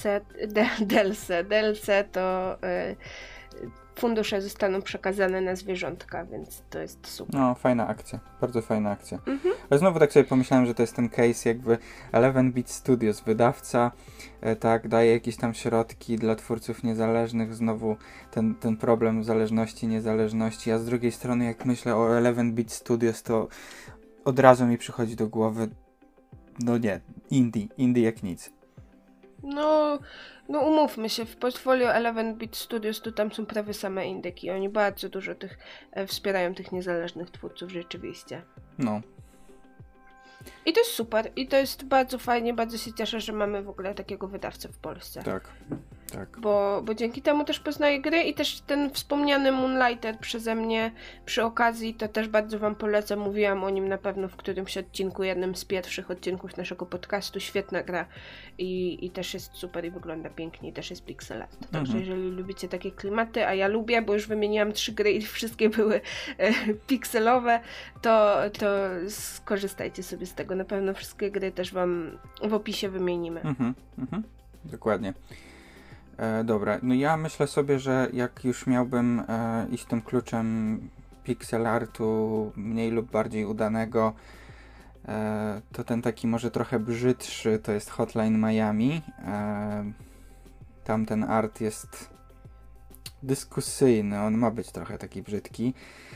DLC to fundusze zostaną przekazane na zwierzątka, więc to jest super. No, fajna akcja, bardzo fajna akcja. Ale znowu tak sobie pomyślałem, że to jest ten case jakby 11-bit Studios, wydawca, tak, daje jakieś tam środki dla twórców niezależnych, znowu ten problem zależności, niezależności, a z drugiej strony jak myślę o 11-bit Studios, to od razu mi przychodzi do głowy, no nie, indie jak nic. No umówmy się, w portfolio 11-bit Studios to tam są prawie same indyki. Oni bardzo dużo wspierają tych niezależnych twórców rzeczywiście. No. I to jest super. I to jest bardzo fajnie, bardzo się cieszę, że mamy w ogóle takiego wydawcę w Polsce. Tak. Bo dzięki temu też poznaję gry i też ten wspomniany Moonlighter przeze mnie przy okazji, to też bardzo wam polecam. Mówiłam o nim na pewno w którymś odcinku, jednym z pierwszych odcinków naszego podcastu. Świetna gra i też jest super i wygląda pięknie i też jest pixel art. Także jeżeli lubicie takie klimaty, a ja lubię, bo już wymieniłam 3 gry i wszystkie były pikselowe, to skorzystajcie sobie z tego. Na pewno wszystkie gry też wam w opisie wymienimy. Dokładnie. Dobra, no ja myślę sobie, że jak już miałbym iść tym kluczem pixel artu mniej lub bardziej udanego, To ten taki może trochę brzydszy to jest Hotline Miami. Tam ten art jest dyskusyjny, on ma być trochę taki brzydki.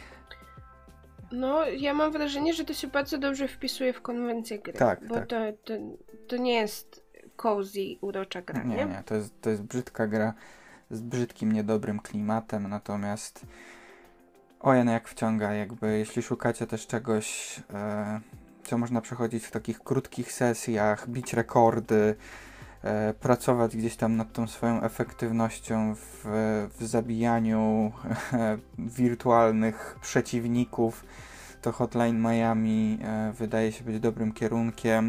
No, ja mam wrażenie, że to się bardzo dobrze wpisuje w konwencję gry. Tak, bo tak. To nie jest cozy, urocza gra, nie? Nie, to jest brzydka gra z brzydkim, niedobrym klimatem, natomiast no jak wciąga, jakby jeśli szukacie też czegoś, co można przechodzić w takich krótkich sesjach, bić rekordy, pracować gdzieś tam nad tą swoją efektywnością w zabijaniu wirtualnych przeciwników, to Hotline Miami wydaje się być dobrym kierunkiem.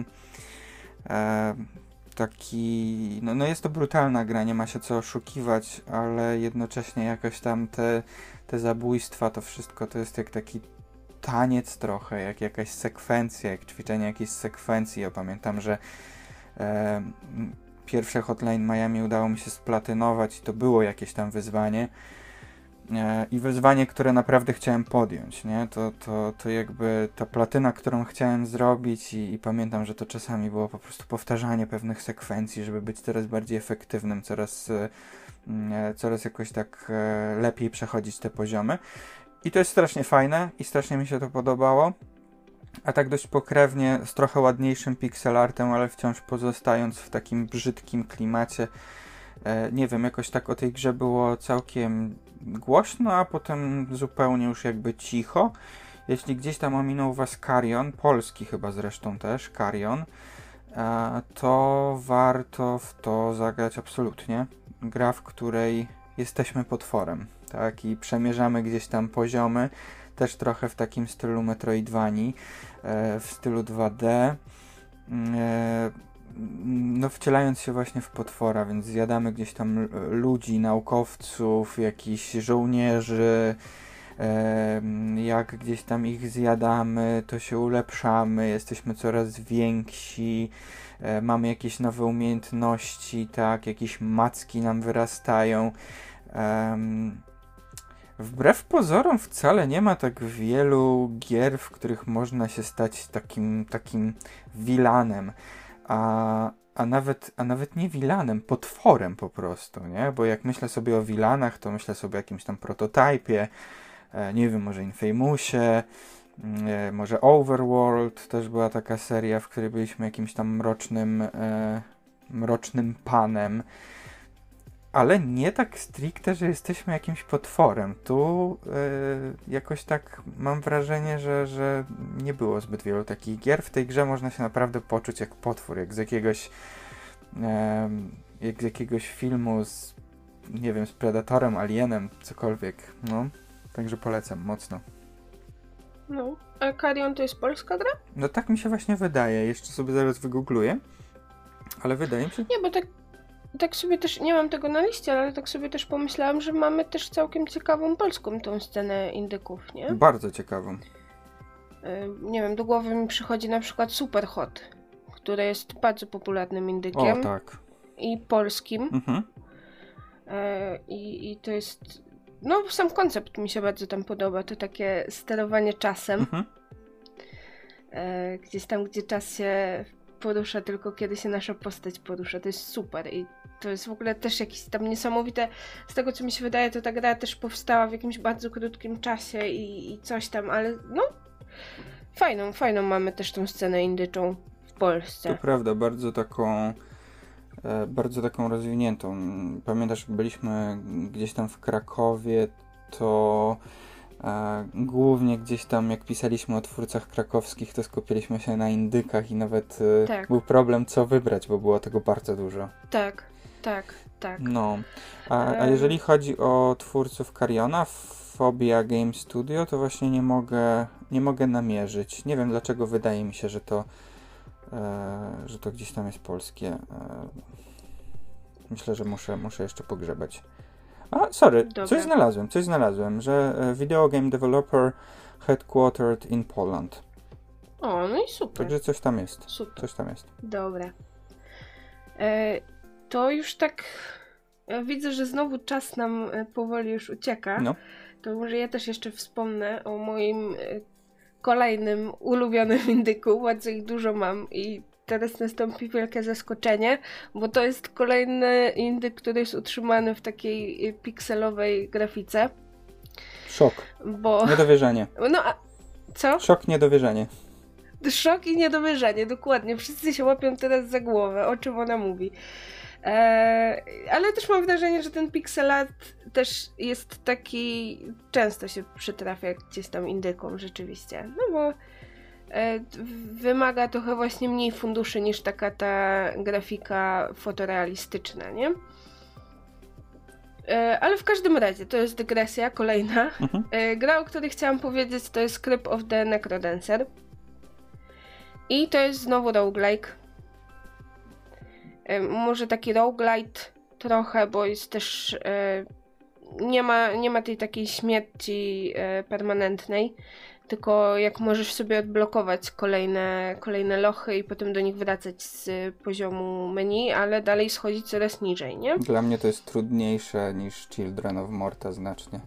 Taki, no jest to brutalna gra, nie ma się co oszukiwać, ale jednocześnie jakoś tam te zabójstwa, to wszystko to jest jak taki taniec trochę, jak jakaś sekwencja, jak ćwiczenie jakiejś sekwencji. Ja pamiętam, że pierwsze Hotline Miami udało mi się splatynować i to było jakieś tam wyzwanie. I wyzwanie, które naprawdę chciałem podjąć, nie? To jakby ta platyna, którą chciałem zrobić i pamiętam, że to czasami było po prostu powtarzanie pewnych sekwencji, żeby być coraz bardziej efektywnym, coraz jakoś tak lepiej przechodzić te poziomy. I to jest strasznie fajne i strasznie mi się to podobało. A tak dość pokrewnie, z trochę ładniejszym pixelartem, ale wciąż pozostając w takim brzydkim klimacie. Nie wiem, jakoś tak o tej grze było całkiem głośno, a potem zupełnie już jakby cicho. Jeśli gdzieś tam ominął was Carrion, polski chyba zresztą też, Carrion, to warto w to zagrać absolutnie. Gra, w której jesteśmy potworem, tak? I przemierzamy gdzieś tam poziomy, też trochę w takim stylu Metroidvanii, w stylu 2D. No wcielając się właśnie w potwora, więc zjadamy gdzieś tam ludzi, naukowców, jakichś żołnierzy, jak gdzieś tam ich zjadamy, to się ulepszamy, jesteśmy coraz więksi, mamy jakieś nowe umiejętności, tak, jakieś macki nam wyrastają. Wbrew pozorom wcale nie ma tak wielu gier, w których można się stać takim vilanem. A nawet nie vilanem, potworem po prostu, nie? Bo jak myślę sobie o vilanach, to myślę sobie o jakimś tam prototypie, nie wiem, może Infamousie, może Overworld, też była taka seria, w której byliśmy jakimś tam mrocznym panem, ale nie tak stricte, że jesteśmy jakimś potworem. Tu jakoś tak mam wrażenie, że nie było zbyt wielu takich gier. W tej grze można się naprawdę poczuć jak potwór, jak z jakiegoś filmu nie wiem, z Predatorem, Alienem, cokolwiek. No, także polecam mocno. No, a Carrion to jest polska gra? No tak mi się właśnie wydaje. Jeszcze sobie zaraz wygoogluję. Ale wydaje mi się... Nie, bo tak sobie też, nie mam tego na liście, ale tak sobie też pomyślałam, że mamy też całkiem ciekawą polską tą scenę indyków, nie? Bardzo ciekawą. Nie wiem, do głowy mi przychodzi na przykład Superhot, który jest bardzo popularnym indykiem. O, tak. I polskim. Mhm. I to jest... No, sam koncept mi się bardzo tam podoba. To takie sterowanie czasem. Mhm. Gdzieś tam, gdzie czas się porusza tylko kiedy się nasza postać porusza. To jest super i to jest w ogóle też jakieś tam niesamowite, z tego co mi się wydaje, to ta gra też powstała w jakimś bardzo krótkim czasie i coś tam, ale no fajną mamy też tą scenę indyczą w Polsce. To prawda, bardzo taką rozwiniętą. Pamiętasz, jak byliśmy gdzieś tam w Krakowie, to głównie gdzieś tam, jak pisaliśmy o twórcach krakowskich, to skupiliśmy się na indykach i nawet był problem, co wybrać, bo było tego bardzo dużo. Tak. No. A jeżeli chodzi o twórców Carriona, Phobia Game Studio, to właśnie nie mogę namierzyć. Nie wiem, dlaczego wydaje mi się, że to gdzieś tam jest polskie. Myślę, że muszę jeszcze pogrzebać. Coś znalazłem, że Video Game Developer Headquartered in Poland. O, no i super. Także coś tam jest. Super. Coś tam jest. Dobra. To już tak widzę, że znowu czas nam powoli już ucieka. No. To może ja też jeszcze wspomnę o moim kolejnym ulubionym indyku, bardzo ich dużo mam i teraz nastąpi wielkie zaskoczenie, bo to jest kolejny indyk, który jest utrzymany w takiej pikselowej grafice. Szok. Niedowierzanie. No a co? Szok, niedowierzanie. Szok i niedowierzanie, dokładnie. Wszyscy się łapią teraz za głowę, o czym ona mówi. Ale też mam wrażenie, że ten pixel art też jest taki... Często się przytrafia gdzieś tam indykom rzeczywiście. No bo wymaga trochę właśnie mniej funduszy niż taka ta grafika fotorealistyczna, nie? Ale w każdym razie, to jest dygresja kolejna. Gra, o której chciałam powiedzieć, to jest Crypt of the Necrodancer. I to jest znowu roguelike. Może taki roguelite trochę, bo jest też... nie ma tej takiej śmierci permanentnej, tylko jak możesz sobie odblokować kolejne lochy i potem do nich wracać z poziomu menu, ale dalej schodzić coraz niżej, nie? Dla mnie to jest trudniejsze niż Children of Morta znacznie.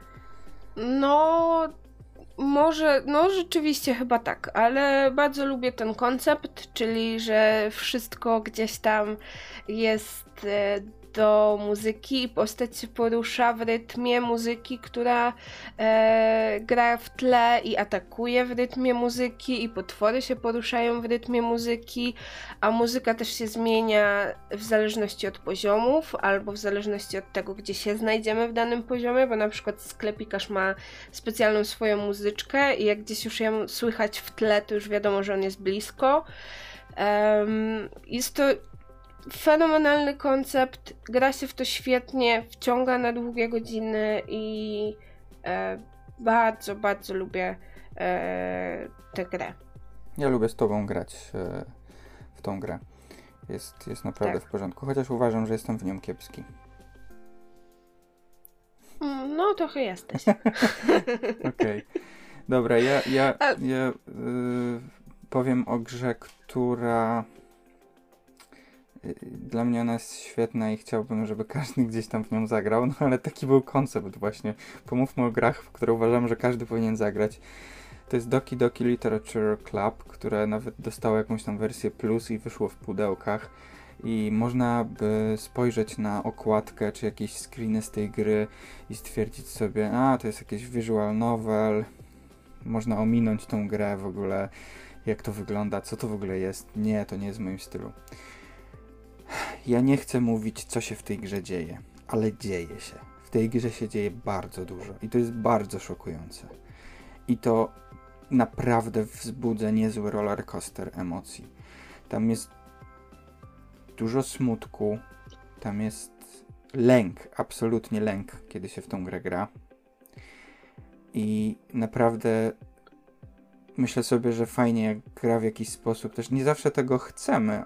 No, może, no rzeczywiście chyba tak, ale bardzo lubię ten koncept, czyli że wszystko gdzieś tam jest do muzyki i postać się porusza w rytmie muzyki, która gra w tle i atakuje w rytmie muzyki i potwory się poruszają w rytmie muzyki, a muzyka też się zmienia w zależności od poziomów albo w zależności od tego, gdzie się znajdziemy w danym poziomie, bo na przykład sklepikarz ma specjalną swoją muzyczkę i jak gdzieś już ją słychać w tle, to już wiadomo, że on jest blisko. Jest to fenomenalny koncept, gra się w to świetnie, wciąga na długie godziny i bardzo, bardzo lubię tę grę. Ja lubię z tobą grać w tą grę. Jest naprawdę w porządku, chociaż uważam, że jestem w nią kiepski. No, trochę jesteś. Okej. Dobra, ja powiem o grze, która dla mnie ona jest świetna i chciałbym, żeby każdy gdzieś tam w nią zagrał, no ale taki był koncept właśnie. Pomówmy o grach, w które uważam, że każdy powinien zagrać. To jest Doki Doki Literature Club, które nawet dostało jakąś tam wersję plus i wyszło w pudełkach. I można by spojrzeć na okładkę, czy jakieś screeny z tej gry i stwierdzić sobie, to jest jakiś visual novel, można ominąć tą grę w ogóle, jak to wygląda, co to w ogóle jest. Nie, to nie jest w moim stylu. Ja nie chcę mówić, co się w tej grze dzieje, ale dzieje się. W tej grze się dzieje bardzo dużo i to jest bardzo szokujące. I to naprawdę wzbudza niezły rollercoaster emocji. Tam jest dużo smutku, tam jest lęk, absolutnie lęk, kiedy się w tą grę gra. I naprawdę myślę sobie, że fajnie jak gra w jakiś sposób, też nie zawsze tego chcemy,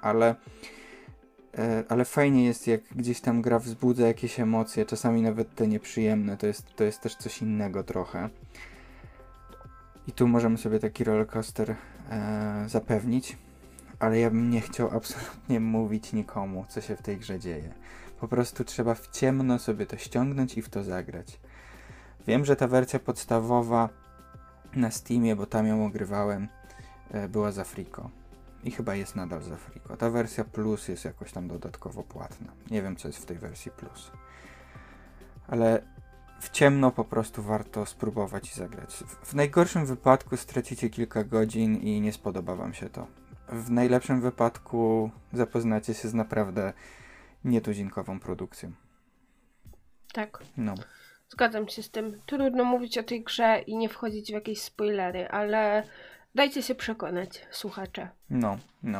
ale fajnie jest, jak gdzieś tam gra wzbudza jakieś emocje, czasami nawet te nieprzyjemne, to jest też coś innego trochę. I tu możemy sobie taki rollercoaster zapewnić, ale ja bym nie chciał absolutnie mówić nikomu, co się w tej grze dzieje. Po prostu trzeba w ciemno sobie to ściągnąć i w to zagrać. Wiem, że ta wersja podstawowa na Steamie, bo tam ją ogrywałem, była za friko. I chyba jest nadal za friko. Ta wersja plus jest jakoś tam dodatkowo płatna. Nie wiem, co jest w tej wersji plus. Ale w ciemno po prostu warto spróbować i zagrać. W najgorszym wypadku stracicie kilka godzin i nie spodoba wam się to. W najlepszym wypadku zapoznacie się z naprawdę nietuzinkową produkcją. Tak. No. Zgadzam się z tym. Trudno mówić o tej grze i nie wchodzić w jakieś spoilery, ale dajcie się przekonać, słuchacze. No.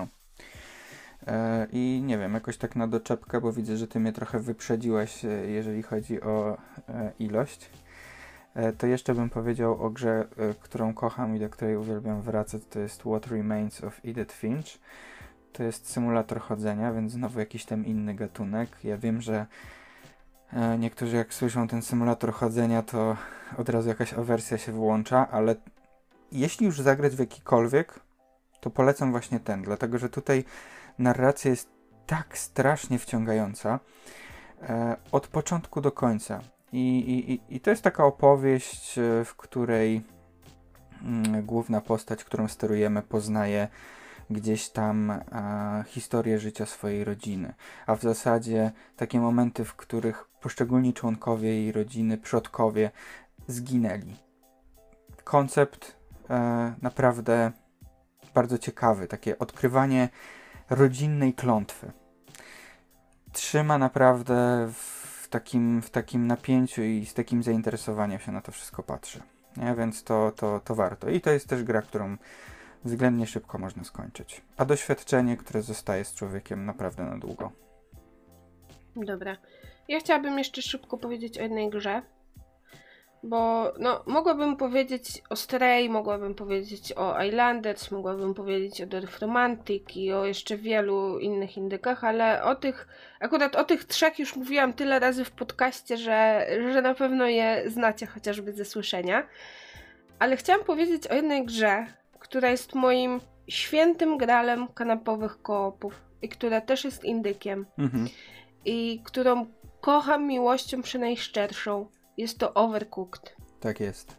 I nie wiem, jakoś tak na doczepkę, bo widzę, że ty mnie trochę wyprzedziłeś, jeżeli chodzi o ilość. To jeszcze bym powiedział o grze, którą kocham i do której uwielbiam wracać, to jest What Remains of Edith Finch. To jest symulator chodzenia, więc znowu jakiś tam inny gatunek. Ja wiem, że niektórzy jak słyszą ten symulator chodzenia, to od razu jakaś awersja się włącza, ale jeśli już zagrać w jakikolwiek, to polecam właśnie ten, dlatego że tutaj narracja jest tak strasznie wciągająca od początku do końca. I to jest taka opowieść, w której główna postać, którą sterujemy, poznaje gdzieś tam historię życia swojej rodziny. A w zasadzie takie momenty, w których poszczególni członkowie jej rodziny, przodkowie zginęli. Koncept naprawdę bardzo ciekawy. Takie odkrywanie rodzinnej klątwy. Trzyma naprawdę w takim napięciu i z takim zainteresowaniem się na to wszystko patrzy. Nie? Więc to warto. I to jest też gra, którą względnie szybko można skończyć. A doświadczenie, które zostaje z człowiekiem naprawdę na długo. Dobra. Ja chciałabym jeszcze szybko powiedzieć o jednej grze. Bo mogłabym powiedzieć o Stray, mogłabym powiedzieć o Islanders, mogłabym powiedzieć o Dorf Romantic i o jeszcze wielu innych indykach, ale akurat o tych 3 już mówiłam tyle razy w podcaście, że na pewno je znacie chociażby ze słyszenia. Ale chciałam powiedzieć o jednej grze, która jest moim świętym gralem kanapowych koopów i która też jest indykiem i którą kocham miłością przenajszczerszą. Jest to Overcooked. Tak jest.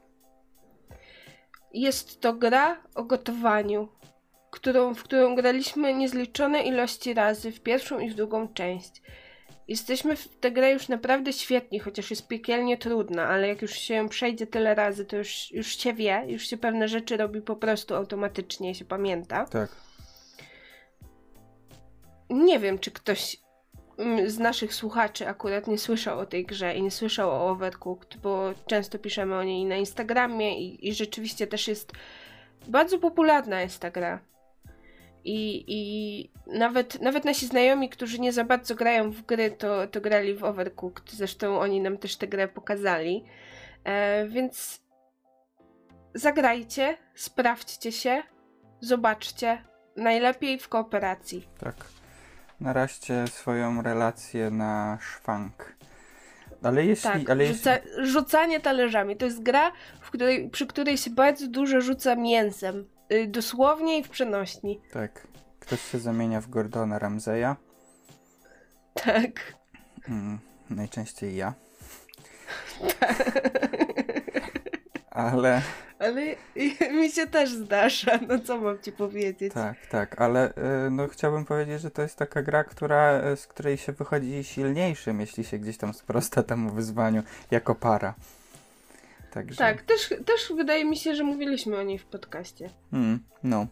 Jest to gra o gotowaniu, w którą graliśmy niezliczone ilości razy w pierwszą i w drugą część. Jesteśmy w tę grę już naprawdę świetni, chociaż jest piekielnie trudna, ale jak już się ją przejdzie tyle razy, to już się wie, już się pewne rzeczy robi po prostu automatycznie i się pamięta. Tak. Nie wiem, czy ktoś z naszych słuchaczy akurat nie słyszał o tej grze i nie słyszał o Overcooked, bo często piszemy o niej na Instagramie i rzeczywiście też jest bardzo popularna jest ta gra. I nawet nasi znajomi, którzy nie za bardzo grają w gry, to grali w Overcooked. Zresztą oni nam też tę grę pokazali. Więc zagrajcie, sprawdźcie się, zobaczcie. Najlepiej w kooperacji. Tak. Naraźcie swoją relację na szwank. Ale jeśli... Rzucanie talerzami. To jest gra, przy której się bardzo dużo rzuca mięsem. Dosłownie i w przenośni. Tak. Ktoś się zamienia w Gordona Ramsaya. Tak. Najczęściej ja. Ale mi się też zdarza, co mam ci powiedzieć. Tak, ale chciałbym powiedzieć, że to jest taka gra, z której się wychodzi silniejszym, jeśli się gdzieś tam sprosta temu wyzwaniu jako para. Także... Tak, też wydaje mi się, że mówiliśmy o niej w podcaście. No.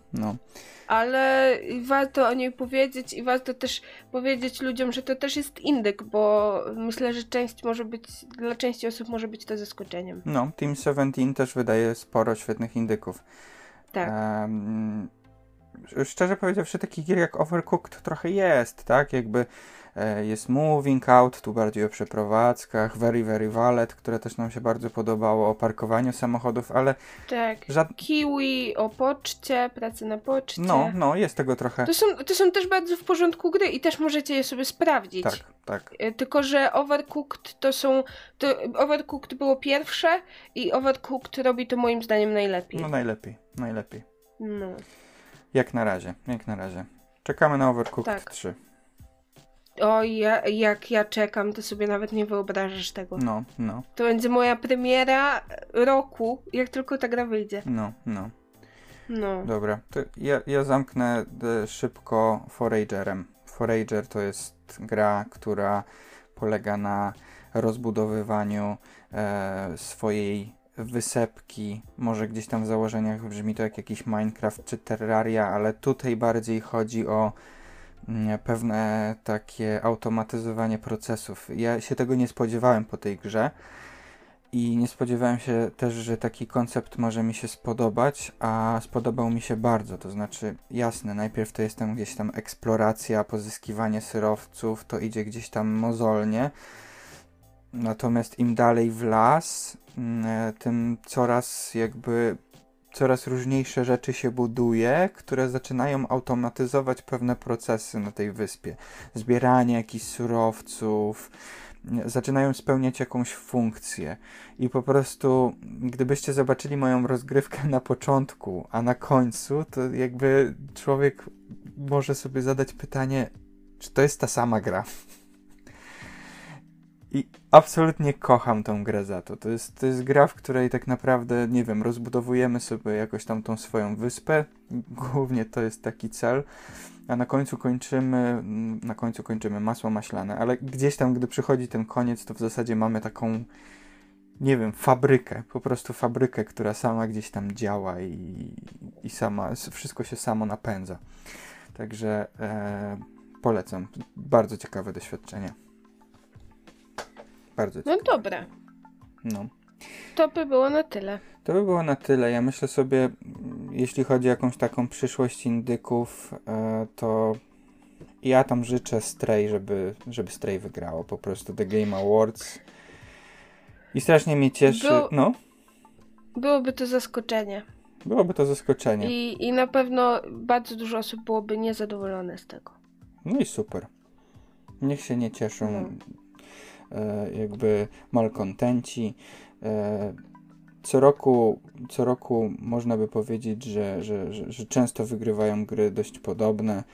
Ale warto o niej powiedzieć i warto też powiedzieć ludziom, że to też jest indyk, bo myślę, że dla części osób może być to zaskoczeniem. No, Team 17 też wydaje sporo świetnych indyków. Tak. Szczerze powiedziawszy, takich gier jak Overcooked trochę jest, tak? Jakby jest Moving Out, tu bardziej o przeprowadzkach, Very Very Valet, które też nam się bardzo podobało, o parkowaniu samochodów, ale... Tak, Kiwi, o poczcie, pracy na poczcie. No, jest tego trochę. To są też bardzo w porządku gry i też możecie je sobie sprawdzić. Tak. Tylko, że Overcooked Overcooked było pierwsze i Overcooked robi to moim zdaniem najlepiej. No najlepiej. No. Jak na razie. Czekamy na Overcooked 3. Oj, jak ja czekam, to sobie nawet nie wyobrażasz tego. No. To będzie moja premiera roku, jak tylko ta gra wyjdzie. No. No. Dobra, to ja zamknę szybko Foragerem. Forager to jest gra, która polega na rozbudowywaniu swojej wysepki. Może gdzieś tam w założeniach brzmi to jak jakiś Minecraft czy Terraria, ale tutaj bardziej chodzi o pewne takie automatyzowanie procesów. Ja się tego nie spodziewałem po tej grze i nie spodziewałem się też, że taki koncept może mi się spodobać, a spodobał mi się bardzo. To znaczy, jasne, najpierw to jest tam gdzieś tam eksploracja, pozyskiwanie surowców, to idzie gdzieś tam mozolnie, natomiast im dalej w las, tym coraz różniejsze rzeczy się buduje, które zaczynają automatyzować pewne procesy na tej wyspie. Zbieranie jakichś surowców, zaczynają spełniać jakąś funkcję. I po prostu, gdybyście zobaczyli moją rozgrywkę na początku, a na końcu, to jakby człowiek może sobie zadać pytanie, czy to jest ta sama gra? I absolutnie kocham tą grę za to. To jest gra, w której tak naprawdę, nie wiem, rozbudowujemy sobie jakoś tam tą swoją wyspę. Głównie to jest taki cel. A na końcu kończymy masło maślane. Ale gdzieś tam, gdy przychodzi ten koniec, to w zasadzie mamy taką, nie wiem, fabrykę. Po prostu fabrykę, która sama gdzieś tam działa i sama, wszystko się samo napędza. Także polecam. Bardzo ciekawe doświadczenie. Bardzo ciekawe. No dobra. No. To by było na tyle. To by było na tyle. Ja myślę sobie, jeśli chodzi o jakąś taką przyszłość indyków, to ja tam życzę Stray, żeby Stray wygrało po prostu The Game Awards. I strasznie mnie cieszy. No. Byłoby to zaskoczenie. Byłoby to zaskoczenie. I na pewno bardzo dużo osób byłoby niezadowolone z tego. No i super. Niech się nie cieszą jakby malkontenci. Co roku można by powiedzieć, że często wygrywają gry dość podobne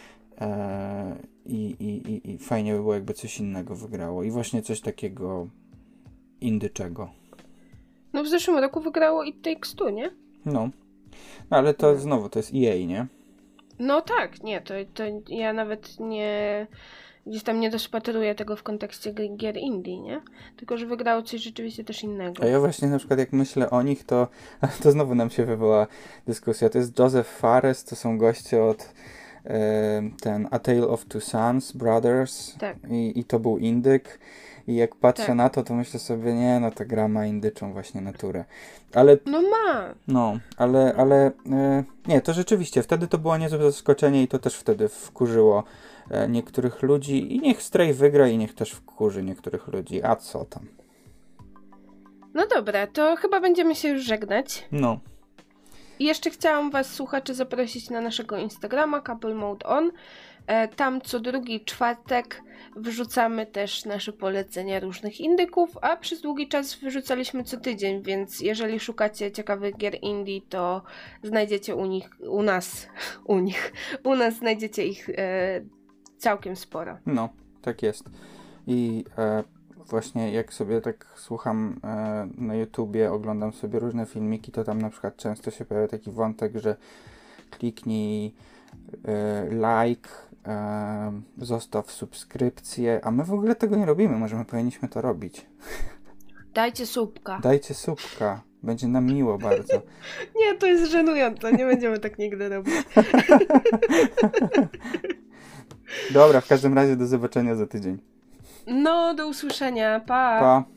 i fajnie by było, jakby coś innego wygrało. I właśnie coś takiego indyczego. No w zeszłym roku wygrało It Takes Two, nie? No ale to znowu, to jest EA, nie? No tak, nie, to ja nawet nie... Gdzieś tam nie rozpatruję tego w kontekście gier indie, nie? Tylko, że wygrało coś rzeczywiście też innego. A ja właśnie na przykład jak myślę o nich, to znowu nam się wywoła dyskusja. To jest Joseph Fares, to są goście od ten A Tale of Two Sons, Brothers. Tak. I to był indyk. I jak patrzę na to myślę sobie, nie, no ta gra ma indyczą właśnie naturę. Ale... No ma! No, ale nie, to rzeczywiście, wtedy to było niezłe zaskoczenie i to też wtedy wkurzyło niektórych ludzi i niech Stray wygra i niech też wkurzy niektórych ludzi, a co tam. No dobra, to chyba będziemy się już żegnać. No. I jeszcze chciałam was, słuchacze, zaprosić na naszego Instagrama Couple Mode On. Tam co drugi czwartek wrzucamy też nasze polecenia różnych indyków, a przez długi czas wyrzucaliśmy co tydzień, więc jeżeli szukacie ciekawych gier indie, to znajdziecie u nas znajdziecie ich całkiem sporo. No, tak jest. I właśnie jak sobie tak słucham na YouTubie, oglądam sobie różne filmiki, to tam na przykład często się pojawia taki wątek, że kliknij like, zostaw subskrypcję, a my w ogóle tego nie robimy, może my powinniśmy to robić. Dajcie słupka. Dajcie słupka, będzie nam miło bardzo. Nie, to jest żenujące, nie będziemy tak nigdy robić. Dobra, w każdym razie do zobaczenia za tydzień. No, do usłyszenia, pa! Pa!